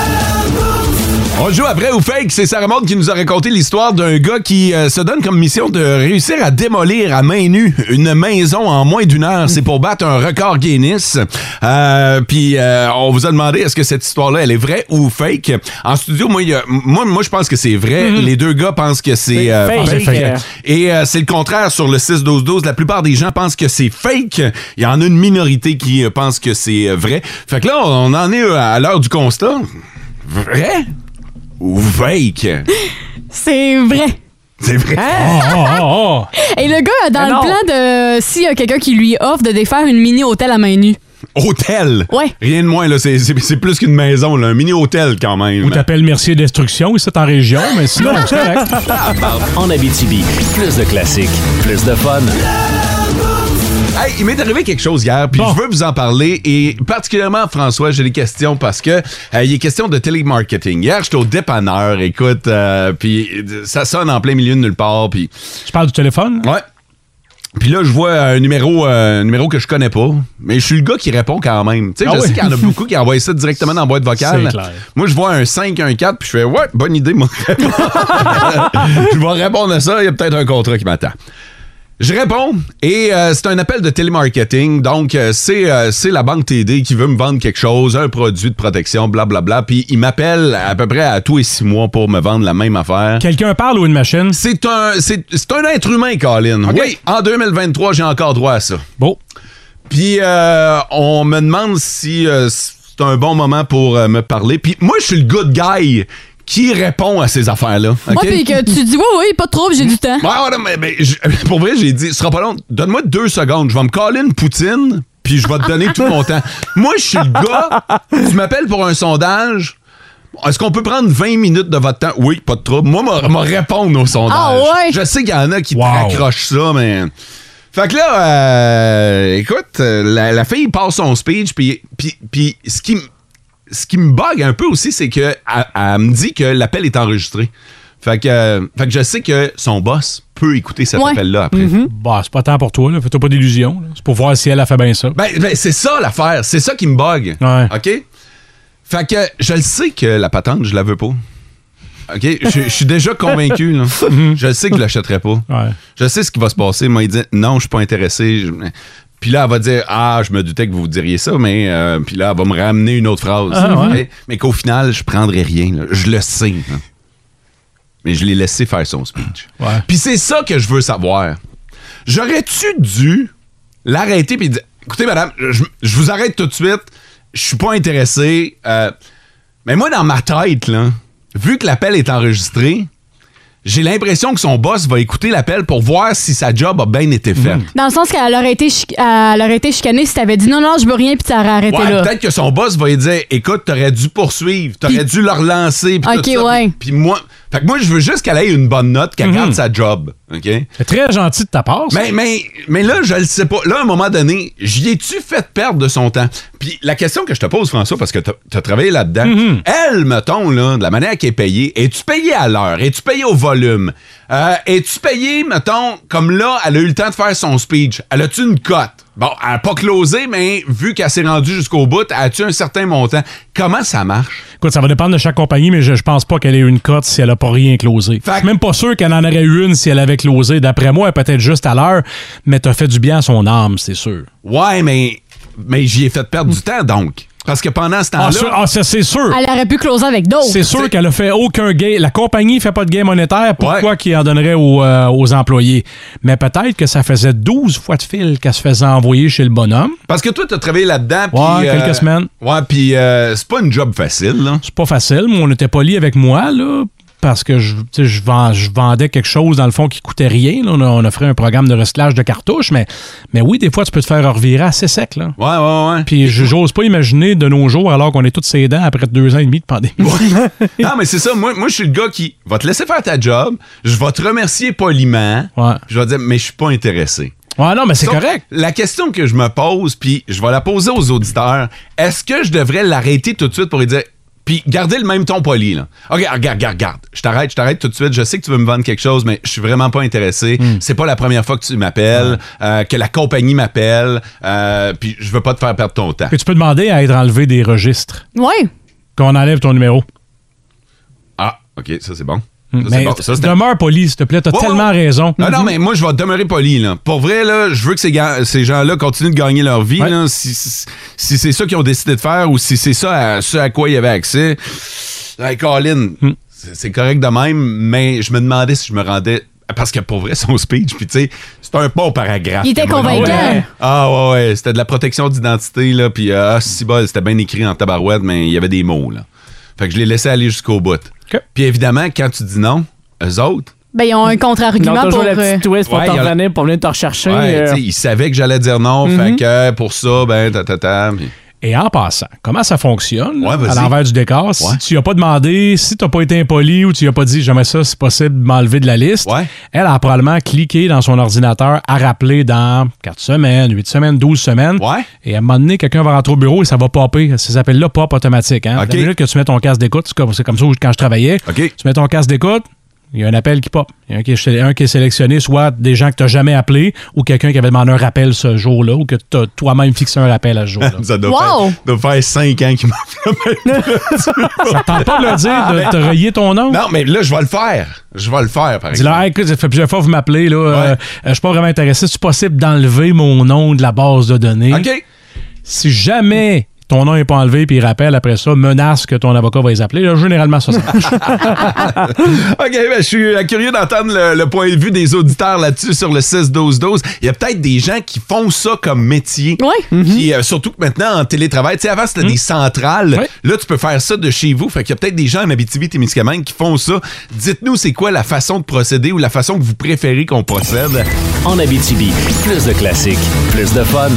On joue à vrai ou fake. C'est Sarah Maud qui nous a raconté l'histoire d'un gars qui euh, se donne comme mission de réussir à démolir à main nue une maison en moins d'une heure. C'est pour battre un record Guinness. Euh, Puis euh, on vous a demandé est-ce que cette histoire-là, elle est vraie ou fake. En studio, moi, y a, moi, moi je pense que c'est vrai. Mm-hmm. Les deux gars pensent que c'est euh, fake. fake. Et euh, c'est le contraire sur le six douze douze. La plupart des gens pensent que c'est fake. Il y en a une minorité qui euh, pense que c'est euh, vrai. Fait que là, on en est euh, à l'heure du constat. Vrai? Ou fake? C'est vrai. C'est vrai. Hein? Oh, oh, oh, oh. Et le gars, dans Mais le non. plan de... S'il y a quelqu'un qui lui offre de défaire une mini-hôtel à main nue. Hôtel? Ouais. Rien de moins, là. C'est, c'est, c'est plus qu'une maison, là. Un mini-hôtel, quand même. Ou t'appelles Mercier Destruction, ici, c'est en région, mais sinon, c'est correct. En Abitibi, plus de classiques, plus de fun. Hey, il m'est arrivé quelque chose hier, puis bon. je veux vous en parler, et particulièrement, François, j'ai des questions parce que euh, il est question de télémarketing. Hier, j'étais au dépanneur, écoute, euh, puis ça sonne en plein milieu de nulle part, puis... Je parle du téléphone? Ouais. Puis là, je vois un numéro, euh, un numéro que je connais pas, mais je suis le gars qui répond quand même. Tu sais, ah je oui. sais qu'il y en a beaucoup qui envoient ça directement dans la boîte vocale. C'est clair. Moi, je vois un cinq un quatre, puis je fais « Ouais, bonne idée, moi. » Je vais répondre à ça, il y a peut-être un contrat qui m'attend. Je réponds et euh, c'est un appel de télémarketing. Donc, euh, c'est, euh, c'est la banque T D qui veut me vendre quelque chose, un produit de protection, blablabla. Puis, il m'appelle à peu près à tous les six mois pour me vendre la même affaire. Quelqu'un parle ou une machine? C'est un, c'est, c'est un être humain, Colin. Okay. Oui, en deux mille vingt-trois, j'ai encore droit à ça. Bon. Puis, euh, on me demande si euh, c'est un bon moment pour euh, me parler. Puis, moi, je suis le good guy qui répond à ces affaires-là. Okay? Ouais, puis que tu dis, oui, oui, pas de trouble, j'ai du temps. Ouais, ouais, mais, mais je, pour vrai, j'ai dit, ce sera pas long. Donne-moi deux secondes. Je vais me caler une poutine, puis je vais te donner tout mon temps. Moi, je suis le gars. Tu m'appelles pour un sondage. Est-ce qu'on peut prendre vingt minutes de votre temps? Oui, pas de trouble. Moi, m'a, m'a répondre au sondage. Ah ouais? Je sais qu'il y en a qui wow. te raccrochent ça, mais... Fait que là, euh, écoute, la, la fille passe son speech, puis, puis, puis ce qui... Ce qui me bug un peu aussi, c'est qu'elle elle me dit que l'appel est enregistré. Fait que, euh, fait que je sais que son boss peut écouter cet ouais. appel-là après. Mm-hmm. Bah, c'est pas tant pour toi, là. Fais-toi pas d'illusions. Là. C'est pour voir si elle a fait bien ça. Ben, ben c'est ça l'affaire. C'est ça qui me bug. Ouais. OK? Fait que je le sais que la patente, je la veux pas. OK? Je, je suis déjà convaincu. Là. Je le sais que je l'achèterai pas. Ouais. Je sais ce qui va se passer. Moi, il dit non, je suis pas intéressé. Je... Puis là, elle va dire « Ah, je me doutais que vous diriez ça, mais... Euh, » Puis là, elle va me ramener une autre phrase. Ah, ouais. mais, mais qu'au final, je prendrai rien. Là. Je le sais. Hein. Mais je l'ai laissé faire son speech. Ouais. Puis c'est ça que je veux savoir. J'aurais-tu dû l'arrêter puis dire « Écoutez, madame, je, je vous arrête tout de suite. Je suis pas intéressé. Euh, » Mais moi, dans ma tête, là, vu que l'appel est enregistré... J'ai l'impression que son boss va écouter l'appel pour voir si sa job a bien été faite. Dans le sens qu'elle aurait été, chi- elle aurait été chicanée si t'avais dit non, non, je veux rien, puis t'aurais arrêté ouais, là. Peut-être que son boss va lui dire écoute, t'aurais dû poursuivre, t'aurais pis... dû le relancer. Pis ok, tout ça, ouais. Puis moi, fait que moi, je veux juste qu'elle ait une bonne note, qu'elle mm-hmm. garde sa job. OK? C'est très gentil de ta part. Mais, mais, mais là, je le sais pas. Là, à un moment donné, j'y ai-tu fait perdre de son temps? Puis la question que je te pose, François, parce que t'as, t'as travaillé là-dedans, mm-hmm. elle, mettons, là, de la manière qu'elle est payée, es-tu payé à l'heure? Es-tu payé au volume? Euh, es-tu payé, mettons, comme là, elle a eu le temps de faire son speech? Elle a-tu une cote? Bon, elle n'a pas closé, mais vu qu'elle s'est rendue jusqu'au bout, as-tu un certain montant? Comment ça marche? Écoute, ça va dépendre de chaque compagnie, mais je, je pense pas qu'elle ait une cote si elle a pas rien closé. Je suis même pas sûr qu'elle en aurait eu une si elle avait closé. D'après moi, elle peut-être juste à l'heure, mais t'as fait du bien à son âme, c'est sûr. Ouais, mais, mais j'y ai fait perdre du temps, donc. Parce que pendant ce temps-là... Ah, sûr, ah, ça, c'est sûr. Elle aurait pu closer avec d'autres. C'est sûr qu'elle a fait aucun gain. La compagnie fait pas de gain monétaire. Pourquoi Ouais. qu'il en donnerait aux, euh, aux employés? Mais peut-être que ça faisait douze fois de fil qu'elle se faisait envoyer chez le bonhomme. Parce que toi, t'as travaillé là-dedans. Puis, Ouais, euh, quelques semaines. Ouais, puis euh, c'est pas une job facile, là. C'est pas facile, mais on était poli avec moi, là. Parce que je, tu sais, je, vend, je vendais quelque chose, dans le fond, qui coûtait rien. Là. On, a, on offrait un programme de recyclage de cartouches, mais, mais oui, des fois, tu peux te faire revirer assez sec. Là. Ouais, ouais, ouais. Puis j'ose pas imaginer de nos jours, alors qu'on est tous ses dents après deux ans et demi de pandémie. Non, mais c'est ça. Moi, moi je suis le gars qui va te laisser faire ta job. Je vais te remercier poliment. Ouais. Je vais te dire, mais je suis pas intéressé. Ouais, non, mais c'est Donc, correct. La question que je me pose, puis je vais la poser aux auditeurs, est-ce que je devrais l'arrêter tout de suite pour lui dire... Puis garder le même ton poli, là. OK, regarde, regarde, regarde. Je t'arrête, je t'arrête tout de suite. Je sais que tu veux me vendre quelque chose, mais je suis vraiment pas intéressé. Mm. C'est pas la première fois que tu m'appelles, euh, que la compagnie m'appelle, euh, puis je veux pas te faire perdre ton temps. Puis tu peux demander à être enlevé des registres. Oui. Qu'on enlève ton numéro. Ah, OK, ça c'est bon. Ça, Mais bon. Ça, demeure poli, s'il te plaît. T'as ouais, tellement ouais. raison. Non, non, mais moi, je vais demeurer poli. Là. Pour vrai, là, je veux que ces, ga- ces gens-là continuent de gagner leur vie. Ouais. Là, si, si, si c'est ça qu'ils ont décidé de faire ou si c'est ça à, ce à quoi ils avaient accès. Hey, Colin, mm. c'est, c'est correct de même, mais je me demandais si je me rendais... Parce que pour vrai, son speech, puis tu sais, c'est un bon paragraphe. Il était Moi, convaincant. ouais. Ah ouais, ouais, c'était de la protection d'identité, là, puis euh, ah, si bol, c'était bien écrit en tabarouette, mais il y avait des mots, là. Fait que je l'ai laissé aller jusqu'au bout. Okay. Puis évidemment, quand tu dis non, eux autres... Ben, ils ont un contre-argument toujours pour... la petite twist pour ouais, t'en y a- revenir, pour venir te rechercher. Ouais, euh. tu sais, ils savaient que j'allais dire non, Mhm. fait que pour ça, ben, ta, ta, ta, puis- Et en passant, comment ça fonctionne là, Ouais, vas-y. à l'envers du décor? Si Ouais. tu n'as pas demandé, si tu n'as pas été impoli ou tu n'as pas dit j'aimerais ça, c'est possible de m'enlever de la liste, Ouais. elle a probablement cliqué dans son ordinateur à rappeler dans quatre semaines, huit semaines, douze semaines. Ouais. Et à un moment donné, quelqu'un va rentrer au bureau et ça va popper. Ces appels-là pop automatiques. Hein? OK. La minute que tu mets ton casque d'écoute, c'est comme, c'est comme ça quand je travaillais. OK. Tu mets ton casque d'écoute, il y a un appel qui pop. Il y a un qui est, un qui est sélectionné, soit des gens que tu n'as jamais appelés ou quelqu'un qui avait demandé un rappel ce jour-là ou que tu as toi-même fixé un rappel à ce jour-là. Ça doit, Wow! faire, doit faire cinq ans qu'il m'a fait. Ça te tente pas de le dire, de te rayer ton nom? Non, mais là, je vais le faire. Je vais le faire, par exemple. Dis-leur, hey, écoute, ça fait plusieurs fois que vous m'appelez, là. euh, euh, je suis pas vraiment intéressé. C'est possible d'enlever mon nom de la base de données. OK. Si jamais ton nom n'est pas enlevé puis il rappelle après ça, menace que ton avocat va les appeler. Là, généralement, ça, ça marche. OK, ben, je suis euh, curieux d'entendre le, le point de vue des auditeurs là-dessus sur le six douze douze. Il y a peut-être des gens qui font ça comme métier. Ouais. Puis, euh, surtout que maintenant, en télétravail, tu sais, avant, c'était des centrales. Ouais. Là, tu peux faire ça de chez vous. Fait qu'il y a peut-être des gens en Abitibi-Témiscamingue qui font ça. Dites-nous, c'est quoi la façon de procéder ou la façon que vous préférez qu'on procède? En Abitibi, plus de classiques, plus de fun.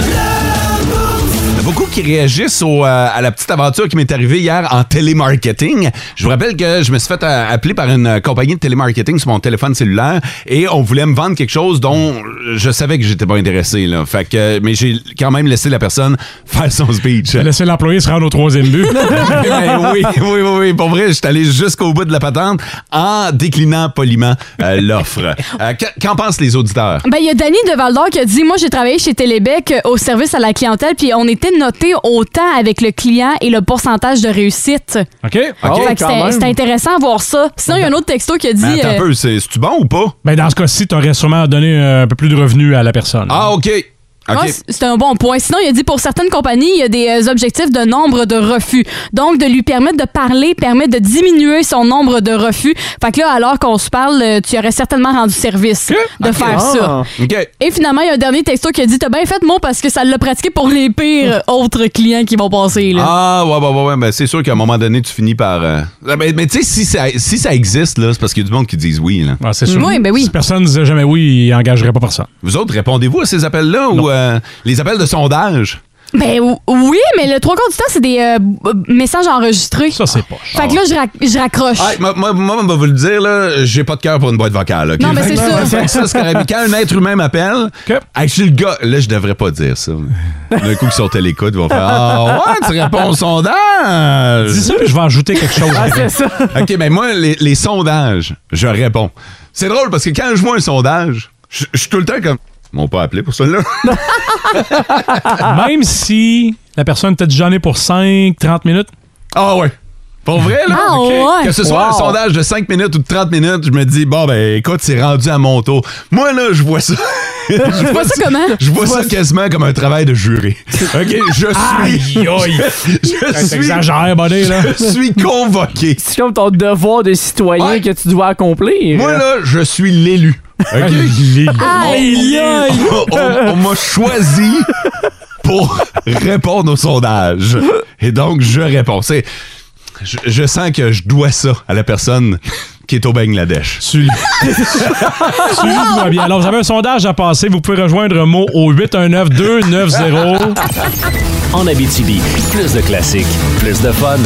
Il y a beaucoup qui réagissent au, euh, à la petite aventure qui m'est arrivée hier en télémarketing. Je vous rappelle que je me suis fait euh, appeler par une euh, compagnie de télémarketing sur mon téléphone cellulaire et on voulait me vendre quelque chose dont je savais que j'étais pas intéressé. Là. Fait que, euh, mais j'ai quand même laissé la personne faire son speech. Laisser l'employé se rendre au troisième but. Ben oui, oui, oui, oui. Pour vrai, je suis allé jusqu'au bout de la patente en déclinant poliment euh, l'offre. Euh, qu- qu'en pensent les auditeurs? Ben, il y a Danny de Val-d'Or qui a dit, moi, j'ai travaillé chez Télébec euh, au service à la clientèle, puis on était noté au temps avec le client et le pourcentage de réussite. OK? Fait que quand c'était même. c'était intéressant à voir ça. Sinon, il y a un autre texto qui a dit... Mais attends euh, un peu, c'est, c'est-tu bon ou pas? Ben, dans ce cas-ci, tu aurais sûrement donné un peu plus de revenus à la personne. Ah, OK. OK. Ouais, c'est un bon point. Sinon, il a dit pour certaines compagnies, il y a des euh, objectifs de nombre de refus. Donc, de lui permettre de parler permet de diminuer son nombre de refus. Fait que là, alors qu'on se parle, euh, tu aurais certainement rendu service de Ok. faire ça. Ah. OK. Et finalement, il y a un dernier texto qui a dit t'as bien fait, moi, parce que ça l'a pratiqué pour les pires autres clients qui vont passer. Là. Ah, ouais, ouais, ouais, ouais. Ben, c'est sûr qu'à un moment donné, tu finis par. euh, Ben, mais tu sais, si ça, si ça existe, là, c'est parce qu'il y a du monde qui disent oui. Là. Ah, c'est sûr. Oui, ben oui. Si personne ne disait jamais oui, il n'engagerait pas personne. Vous autres, répondez-vous à ces appels-là ou euh, les appels de sondage? Ben ou- oui, mais le trois quarts du temps, c'est des euh, b- messages enregistrés. Ça, c'est pas. Fait que là, je, rac- je raccroche. Ah, moi, moi, moi, on va vous le dire, là, j'ai pas de cœur pour une boîte vocale. OK? Non, mais c'est Fait que- ça. fait que ça, c'est correct. Quand un être humain m'appelle, OK. hey, je suis le gars. Là, je devrais pas dire ça. D'un coup, ils sont à l'écoute, ils vont faire ah, ouais, tu réponds au sondage. Dis ça, puis je vais ajouter quelque chose. Ah, c'est ça. OK, mais moi, les, les sondages, je réponds. C'est drôle parce que quand je vois un sondage, je je suis tout le temps comme. Ils m'ont pas appelé pour celle-là. Même si la personne t'a dit j'en ai pour cinq, trente minutes. Ah ouais. Pour vrai, là? Ah OK. ouais. Que ce soit un Wow. sondage de cinq minutes ou de trente minutes, je me dis, bon, ben écoute, c'est rendu à mon tour. Moi, là, je vois ça. Tu vois ça comment? Je vois ça quasiment comme un travail de jury. OK, je suis... Aïe, aïe. Je suis... T'exagères, buddy, là. Je suis convoqué. C'est comme ton devoir de citoyen Ouais. que tu dois accomplir. Moi, là, je suis l'élu. OK? Aïe, aïe. On, on- on m'a choisi pour répondre au sondage. Et donc, je réponds. C'est... Je, je sens que je dois ça à la personne qui est au Bangladesh. Suivi. Suivi tout va bien. Alors, vous avez un sondage à passer. Vous pouvez rejoindre Mo au huit un neuf deux neuf zéro. En Abitibi, plus de classiques, plus de fun.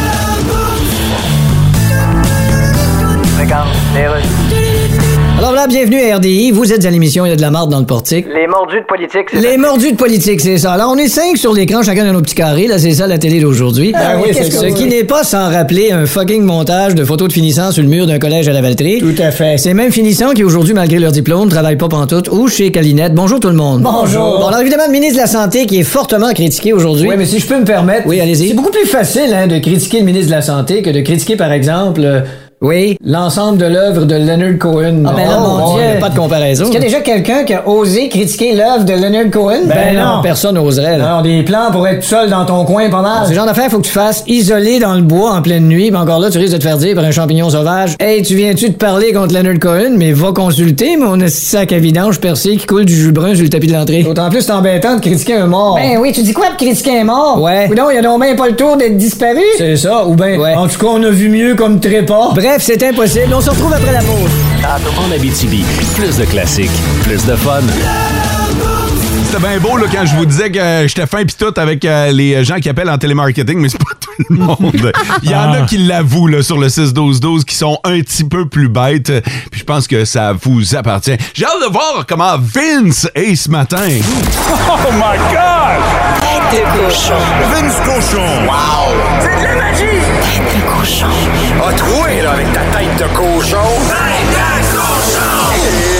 Regarde, les rues. Alors là, bienvenue à R D I. Vous êtes à l'émission Il y a de la marde dans le portique. Les mordus de politique, c'est Les ça. mordus de politique, c'est ça. Alors, on est cinq sur l'écran, chacun dans nos petits carrés. Là, c'est ça la télé d'aujourd'hui. Ah oui, c'est Ce ça. qui n'est pas sans rappeler un fucking montage de photos de finissants sur le mur d'un collège à la Valtrie. Tout à fait. Ces mêmes finissants qui, aujourd'hui, malgré leur diplôme, travaillent pas pantoute ou chez Calinette. Bonjour tout le monde. Bonjour. Bon, alors évidemment, le ministre de la Santé qui est fortement critiqué aujourd'hui. Oui, mais si je peux me permettre. Oui, allez-y. C'est beaucoup plus facile hein, de critiquer le ministre de la Santé que de critiquer, par exemple, euh, Oui. l'ensemble de l'œuvre de Leonard Cohen. Ah ben là, Oh, mon bon, Dieu, y a pas de comparaison. Est-ce qu'il y a déjà quelqu'un qui a osé critiquer l'œuvre de Leonard Cohen? Ben, non, personne n'oserait, là. Alors, des plans pour être tout seul dans ton coin pas mal. Ce genre d'affaires, faut que tu fasses isolé dans le bois en pleine nuit, puis encore là, tu risques de te faire dire par un champignon sauvage: Hey, tu viens-tu de parler contre Leonard Cohen? Mais va consulter mon esti sac à vidange percé qui coule du jus brun sur le tapis de l'entrée. D'autant plus c'est embêtant de critiquer un mort. Ben oui, tu dis quoi de critiquer un mort? Ouais. Ou non, il y a donc même pas le tour d'être disparu. C'est ça, ou ben, Ouais. en tout cas, on a vu mieux comme trépas. Bref, c'est impossible. On se retrouve après la pause. En Abitibi, plus de classiques, plus de fun. C'était bien beau là, quand je vous disais que j'étais fin pis tout avec euh, les gens qui appellent en télémarketing, mais c'est pas tout le monde. Il y en a qui l'avouent là, sur le six douze douze qui sont un petit peu plus bêtes. Puis je pense que ça vous appartient. J'ai hâte de voir comment Vince est ce matin. Oh my God! Tête de cochon. Vince Cochon. Wow! C'est de la magie! Tête de cochon. A troué, là, avec ta tête de cochon. Tête de cochon!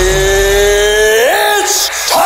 It's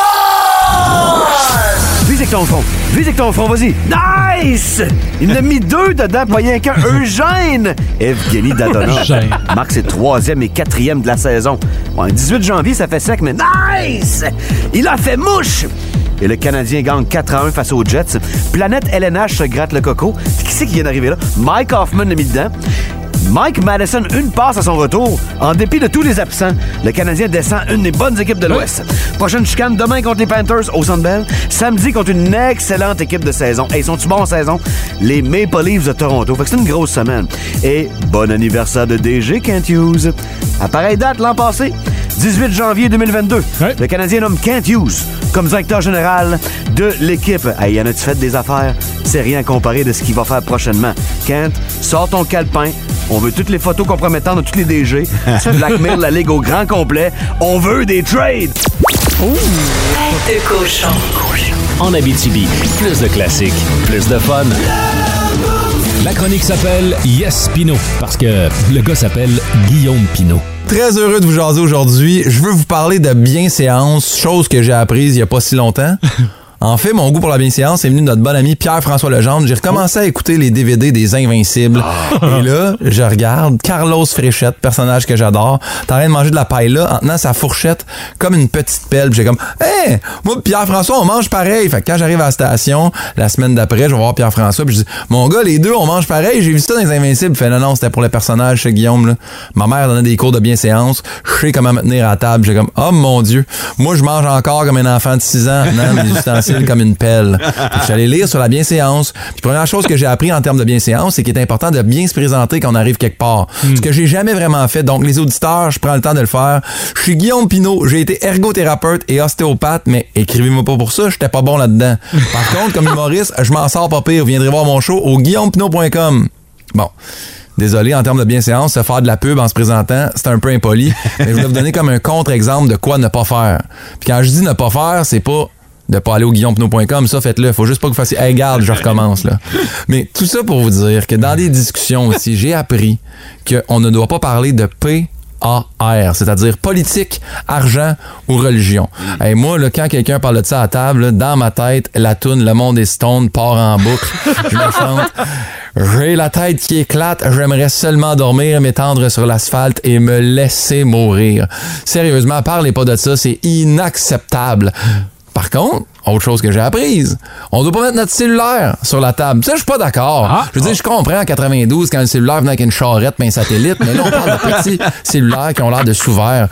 time! Vise avec ton front. Vise avec ton front, vas-y. Nice! Il en a mis deux dedans, pas rien qu'un. Eugène! Evgeny Dadonov. Eugène. Marque ses troisième et quatrième de la saison. Bon, dix-huit janvier, ça fait sec, mais nice! Il a fait mouche! Et le Canadien gagne quatre à un face aux Jets. Planète L N H se gratte le coco. Qui c'est qui vient d'arriver là? Mike Hoffman l'a mis dedans. Mike Madison, une passe à son retour. En dépit de tous les absents, le Canadien descend une des bonnes équipes de l'Ouest. Prochaine chicane demain contre les Panthers au Centre Bell. Samedi contre une excellente équipe de saison. Et hey, sont-ils bons en saison? Les Maple Leafs de Toronto. Fait que c'est une grosse semaine. Et bon anniversaire de D G Kent Hughes. À pareille date l'an passé, dix-huit janvier deux mille vingt-deux. Ouais. Le Canadien nomme Kent Hughes comme directeur général de l'équipe. Hey, y en a-tu fait des affaires? C'est rien comparé de ce qu'il va faire prochainement. Kent, sors ton calepin. On veut toutes les photos compromettantes de tous les D G. Tu blackmail la Ligue au grand complet. On veut des trades. Tête de cochon. En Abitibi, plus de classiques, plus de fun. La chronique s'appelle Yes Pino parce que le gars s'appelle Guillaume Pino. Très heureux de vous jaser aujourd'hui. Je veux vous parler de bienséance, chose que j'ai apprise il y a pas si longtemps. En fait, mon goût pour la bienséance est venu de notre bon ami Pierre-François Legendre. J'ai recommencé à écouter les D V D des Invincibles. Et là, je regarde Carlos Fréchette, personnage que j'adore, t'as rien de manger de la paille là, en tenant sa fourchette comme une petite pelle. Puis j'ai comme, hé, hey, moi Pierre-François, on mange pareil. Fait que quand j'arrive à la station, la semaine d'après, je vais voir Pierre-François, puis je dis, mon gars, les deux, on mange pareil. J'ai vu ça dans les Invincibles. Il fait, non, non, c'était pour le personnage chez Guillaume, là. Ma mère donnait des cours de bienséance. Je sais comment me tenir à la table. J'ai comme, oh mon Dieu. Moi, je mange encore comme un enfant de six ans. Non, mes ustensiles comme une pelle. Je suis allé lire sur la bienséance. Puis première chose que j'ai appris en termes de bienséance, c'est qu'il est important de bien se présenter quand on arrive quelque part. Mm. Ce que j'ai jamais vraiment fait. Donc, les auditeurs, je prends le temps de le faire. Je suis Guillaume Pinault. J'ai été ergothérapeute et ostéopathe, mais écrivez-moi pas pour ça, j'étais pas bon là-dedans. Par contre, comme humoriste, je m'en sors pas pire. Vous viendrez voir mon show au guillaume pinot point com. Bon. Désolé, en termes de bienséance, se faire de la pub en se présentant, c'est un peu impoli. Mais je voulais vous donner comme un contre-exemple de quoi ne pas faire. Puis quand je dis ne pas faire, c'est pas de pas aller au guillaume pinot point com, ça faites-le. Faut juste pas que vous fassiez, hey, garde, je recommence, là. Mais tout ça pour vous dire que dans des discussions aussi, j'ai appris qu'on ne doit pas parler de P A R, c'est-à-dire politique, argent ou religion. Mm. Et moi, là, quand quelqu'un parle de ça à table, là, dans ma tête, la toune Le Monde est Stone part en boucle. Je me chante. J'ai la tête qui éclate, j'aimerais seulement dormir, m'étendre sur l'asphalte et me laisser mourir. Sérieusement, parlez pas de ça, c'est inacceptable. Par contre, autre chose que j'ai apprise, on doit pas mettre notre cellulaire sur la table. Ça, je suis pas d'accord. Ah, je veux ah. dire, je comprends en quatre-vingt-douze quand le cellulaire venait avec une charrette et un satellite, mais là, on parle de petits cellulaires qui ont l'air de sous-verre.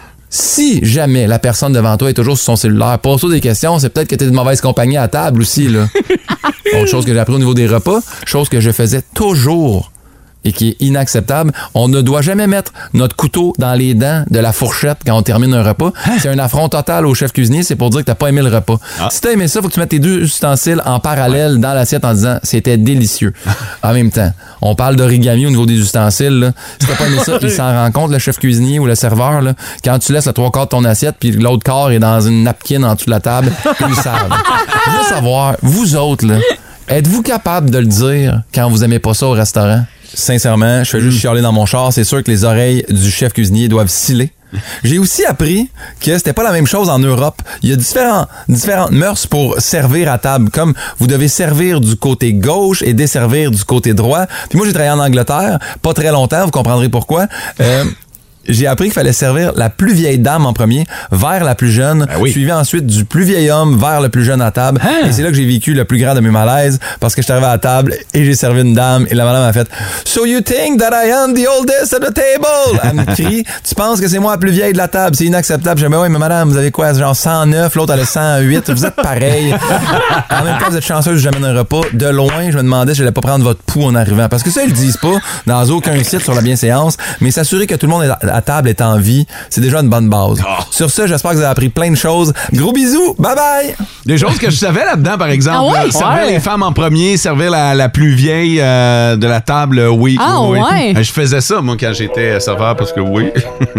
Si jamais la personne devant toi est toujours sur son cellulaire, pose-toi des questions, c'est peut-être que t'es de mauvaise compagnie à table aussi, là. Autre chose que j'ai appris au niveau des repas, chose que je faisais toujours et qui est inacceptable, on ne doit jamais mettre notre couteau dans les dents de la fourchette quand on termine un repas. Hein? C'est un affront total au chef cuisinier, c'est pour dire que t'as pas aimé le repas. Ah. Si t'as aimé ça, faut que tu mettes tes deux ustensiles en parallèle ouais. dans l'assiette en disant c'était délicieux. En même temps, on parle d'origami au niveau des ustensiles. Là. Si t'as pas aimé ça, il s'en rend compte, le chef cuisinier ou le serveur. Là, quand tu laisses le trois quarts de ton assiette puis l'autre quart est dans une napkin en dessous de la table, ils le savent. Je veux savoir, vous autres, là, êtes-vous capable de le dire quand vous aimez pas ça au restaurant? Sincèrement, je fais juste chialer dans mon char. C'est sûr que les oreilles du chef cuisinier doivent sciller. J'ai aussi appris que c'était pas la même chose en Europe. Il y a différents, différentes mœurs pour servir à table. Comme vous devez servir du côté gauche et desservir du côté droit. Puis moi, j'ai travaillé en Angleterre, pas très longtemps, vous comprendrez pourquoi. Euh, J'ai appris qu'il fallait servir la plus vieille dame en premier vers la plus jeune, ben oui. suivi ensuite du plus vieil homme vers le plus jeune à table. Hein? Et c'est là que j'ai vécu le plus grand de mes malaises parce que je suis arrivé à la table et j'ai servi une dame et la madame m'a fait « So you think that I am the oldest at the table? » Elle me crie « Tu penses que c'est moi la plus vieille de la table? C'est inacceptable. » J'ai dit « Ouais, mais madame, vous avez quoi? Genre cent neuf, l'autre elle a cent huit. Vous êtes pareil. » En même temps, vous êtes chanceuse, j'amène un repas. De loin, je me demandais si je n'allais pas prendre votre pouls en arrivant. Parce que ça, ils le disent pas dans aucun site sur la bienséance, mais s'assurer que tout le monde est à table est en vie, c'est déjà une bonne base. Oh. Sur ce, j'espère que vous avez appris plein de choses. Gros bisous, bye bye! Des choses que je savais là-dedans, par exemple. Ah ouais? Là, servir ouais. les femmes en premier, servir la, la plus vieille euh, de la table, oui. Ah oui. ouais? Je faisais ça, moi, quand j'étais serveur, parce que oui,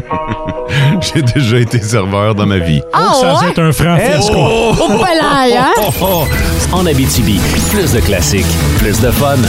j'ai déjà été serveur dans ma vie. Ah oh, ça, ouais? c'est un franc fiasco. Oh, oh, oh, hein? oh, oh, oh. En Abitibi, plus de classiques, plus de fun.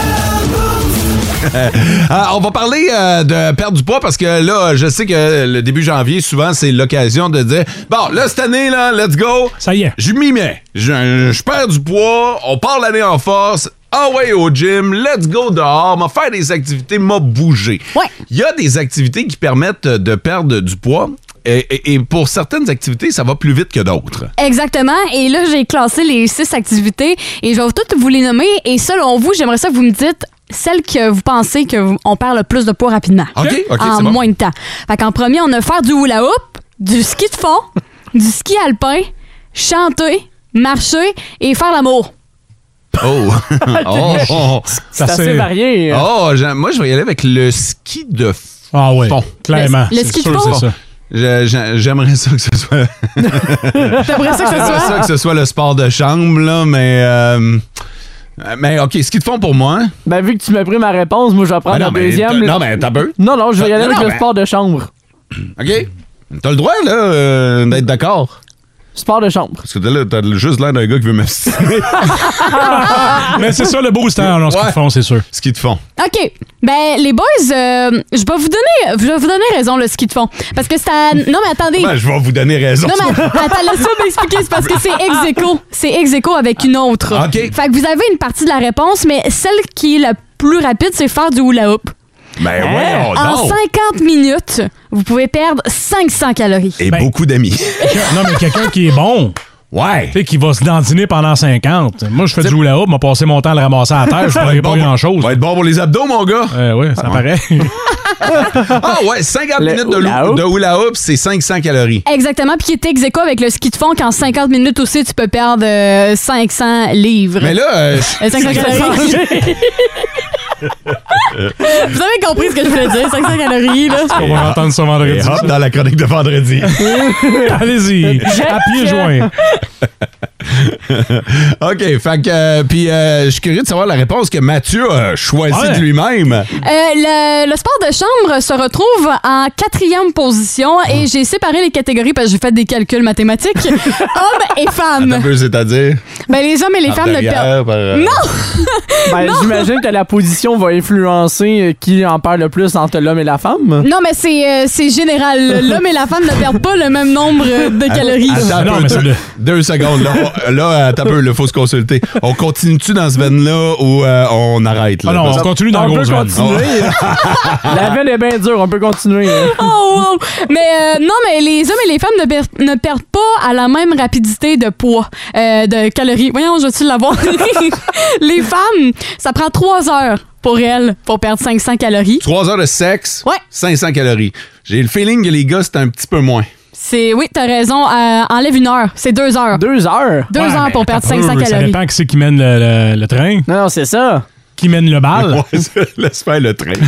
euh, on va parler euh, de perdre du poids parce que là, je sais que le début janvier, souvent, c'est l'occasion de dire bon, là, cette année, là, let's go. Ça y est. Je m'y mets. Je, je perds du poids. On part l'année en force. Ah ouais, au gym. Let's go dehors. M'a faire des activités, m'a bouger. Ouais. Il y a des activités qui permettent de perdre du poids. Et, et, et pour certaines activités, ça va plus vite que d'autres. Exactement. Et là, j'ai classé les six activités et je vais toutes vous les nommer. Et selon vous, j'aimerais ça que vous me dites celle que vous pensez qu'on perd le plus de poids rapidement. OK, OK, en c'est bon. moins de temps. Fait qu'en premier, on a faire du hula hoop, du ski de fond, du ski alpin, chanter, marcher et faire l'amour. Oh! oh, oh. C'est assez, assez varié. Oh, moi, je vais y aller avec le ski de fond. Ah oui, clairement. Le, le ski de fond? C'est ça. Je, je, j'aimerais ça que ce soit... T'aimerais ça que ce soit? J'aimerais ça que ce soit le sport de chambre, là, mais... Euh... Mais OK, ski de fond pour moi. Ben, vu que tu m'as pris ma réponse, moi, je vais prendre ben non, la deuxième. Non, mais t'as peur? Non, non, je vais y aller non, avec non, le ben... sport de chambre. OK. T'as le droit, là, euh, d'être d'accord. Sport de chambre. Parce que t'as, là, t'as juste l'air d'un gars qui veut m'abstiner. Mais c'est ça le booster, non, ski de fond, c'est sûr. Ski de fond. OK. Ben, les boys, euh, je vais vous donner je vais vous donner raison, le ski de fond. Parce que c'est à... Non, mais attendez. Ben, je vais vous donner raison. Non, mais attends, laisse-moi m'expliquer. C'est parce que c'est ex-aequo. C'est ex-aequo avec une autre. OK. Fait que vous avez une partie de la réponse, mais celle qui est la plus rapide, c'est faire du hula hoop. Ben voyons donc. En cinquante minutes, vous pouvez perdre cinq cents calories. Et ben, beaucoup d'amis. Non, mais quelqu'un qui est bon. Ouais. Tu sais, qui va se dandiner pendant cinquante. Moi, je fais du hula hoop, m'a passé mon temps à le ramasser à la terre, je ferais pas bon, grand-chose. Va être bon pour les abdos, mon gars. Euh, oui, ça ah, paraît. Ah ouais, cinquante le minutes de, hula de hula hoop, c'est cinq cents calories. Exactement, puis qui est ex-aequo avec le ski de fond qu'en cinquante minutes aussi, tu peux perdre euh, cinq cents livres. Mais là... Euh, cinq cents calories. Vous avez compris ce que je voulais dire, cinq cents calories, là. On va entendre ça vendredi. Hop, dans la chronique de vendredi. Allez-y, à pieds joints. OK, fait que, euh, puis euh, je suis curieux de savoir la réponse que Mathieu a choisie Ouais. de lui-même. Euh, le, le sport de chambre se retrouve en quatrième position et j'ai séparé les catégories parce que j'ai fait des calculs mathématiques. Hommes et femmes. Un peu, c'est-à-dire? Ben, les hommes et les Par femmes ne derrière, perdent. par, euh, Non! Ben, Non. j'imagine que la position va influencer euh, qui en perd le plus entre l'homme et la femme. Non, mais c'est, euh, c'est général. L'homme et la femme ne perdent pas le même nombre de calories. Attends un Non, peu, mais deux, ça le- deux secondes. Là, On- là attends un peu, il faut se consulter. On continue-tu dans ce veine-là ou euh, on arrête? Là? Ah non, Parce- on continue dans On la peut grosse vanne. continuer. La veine est bien dure, on peut continuer. hein. Oh, wow. Mais euh, non, mais les hommes et les femmes ne, per- ne perdent pas à la même rapidité de poids, euh, de calories. Voyons, je veux-tu l'avoir? Les femmes, ça prend trois heures pour elles pour perdre cinq cents calories. Trois heures de sexe, Ouais. cinq cents calories. J'ai le feeling que les gars, c'est un petit peu moins. C'est, oui, t'as raison. euh, enlève une heure. C'est deux heures. Deux heures? Deux Ouais, heures mais pour perdre attends un cinq cents peu, Ça calories. dépend qui c'est qui mène le, le- le train, Non, non, c'est ça. qui mène le bal. Ouais, ça, laisse faire le train.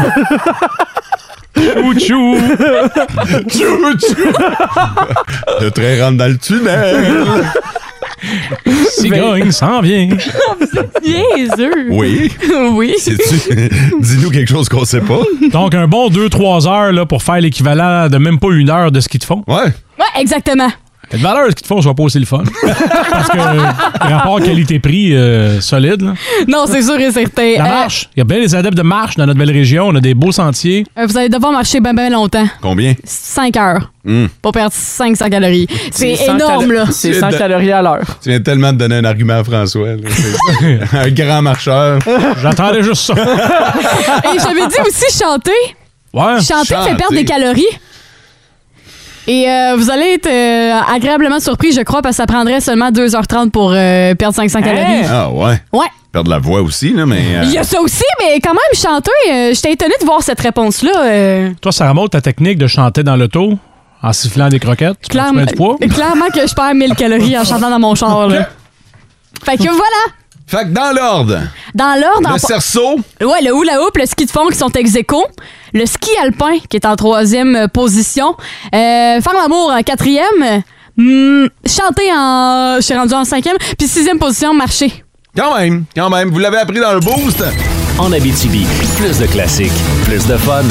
Chou-chou! Chou-chou. Le train rentre dans le tunnel. Cigogne s'en vient. Niaiseux. Oui. Oui. C'est-tu- Dis-nous quelque chose qu'on sait pas. Donc, un bon deux trois heures là, pour faire l'équivalent de même pas une heure de ski de fond. Ouais. Ouais, exactement. La valeur de ski de fond, soit pas aussi le fun. Parce que euh, rapport qualité-prix euh, solide. Là. Non, c'est sûr et certain. La Euh, marche. Il y a bien des adeptes de marche dans notre belle région. On a des beaux sentiers. euh, vous allez devoir marcher bien, bien longtemps. Combien? Cinq heures Hum. pour perdre cinq cents calories. C'est cent énorme, calo- là. C'est C'est cent de- calories à l'heure. Tu viens tellement de donner un argument à François. là. C'est- un grand marcheur. J'attendais juste ça. Et j'avais dit aussi chanter. Ouais. Chanter Chanter. fait perdre des calories. Et euh, vous allez être euh, agréablement surpris, je crois, parce que ça prendrait seulement deux heures trente pour euh, perdre cinq cents calories. Ah ouais. Ouais. Perdre la voix aussi, là, mais... euh, Il y a ça aussi, mais quand même, chanter, euh, j'étais étonnée de voir cette réponse-là. euh, Toi, ça remonte ta technique de chanter dans l'auto en sifflant des croquettes. Tu prends- tu clairement, mets du poids? clairement que je perds mille calories en chantant dans mon char. Là. Fait que voilà. Fait que dans l'ordre, Dans l'ordre, le en- cerceau, ouais, le hula hoop, le ski de fond qui sont ex aequo, le ski alpin qui est en troisième euh, position, euh, faire l'amour en quatrième, hmm, chanter en, je suis rendu en cinquième, puis sixième position, marcher. quand même, quand même, vous l'avez appris dans le boost. En Abitibi, plus de classiques, plus de fun.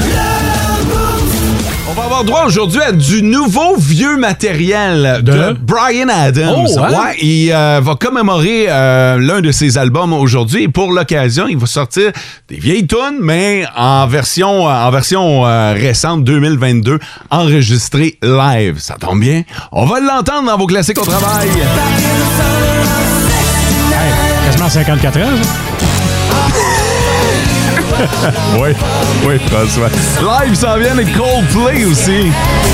On va avoir droit aujourd'hui à du nouveau vieux matériel de, De? Bryan Adams. Oh, hein? Ouais, il euh, va commémorer euh, l'un de ses albums aujourd'hui et pour l'occasion, il va sortir des vieilles tunes, mais en version, en version euh, récente deux mille vingt-deux, enregistrée live. Ça tombe bien. On va l'entendre dans vos classiques au travail. Quasiment cinquante-quatre ans, ça. Oui, oui, François. Live s'en vient avec Coldplay aussi.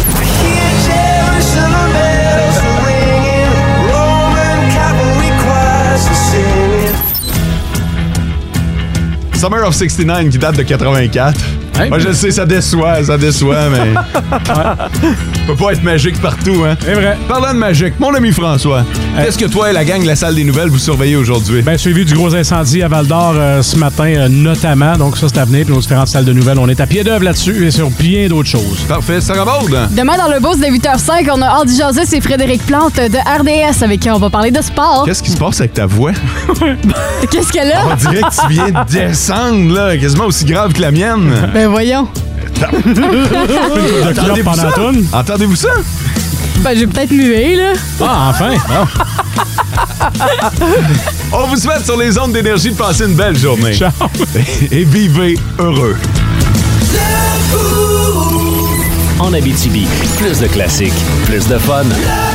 Summer of soixante-dix-neuf qui date de quatre-vingt-quatre. Hey, Moi, je sais, ça déçoit, ça déçoit, mais. Peut pas être magique partout, hein? C'est vrai. Parlant de magique, mon ami François, qu'est-ce que toi et la gang de la salle des nouvelles vous surveillez aujourd'hui? Ben, suivi du gros incendie à Val-d'Or euh, ce matin, euh, notamment. Donc, ça, c'est à venir. Puis nos différentes salles de nouvelles, on est à pied d'œuvre là-dessus et sur bien d'autres choses. Parfait, Sarah Maud. Demain, dans le boss de huit heures cinq, on a hâte d'y jaser, c'est Frédéric Plante de R D S avec qui on va parler de sport. Qu'est-ce qui se passe avec ta voix? Qu'est-ce qu'elle a? On dirait que tu viens de descendre, là, quasiment aussi grave que la mienne. Ben voyons. De club pendant la toune. Entendez-vous ça? Ben j'ai peut-être mué, là. Ah, enfin. On vous souhaite sur les ondes d'énergie de passer une belle journée. Ciao. Et vivez heureux. En Abitibi, plus de classiques, plus de fun.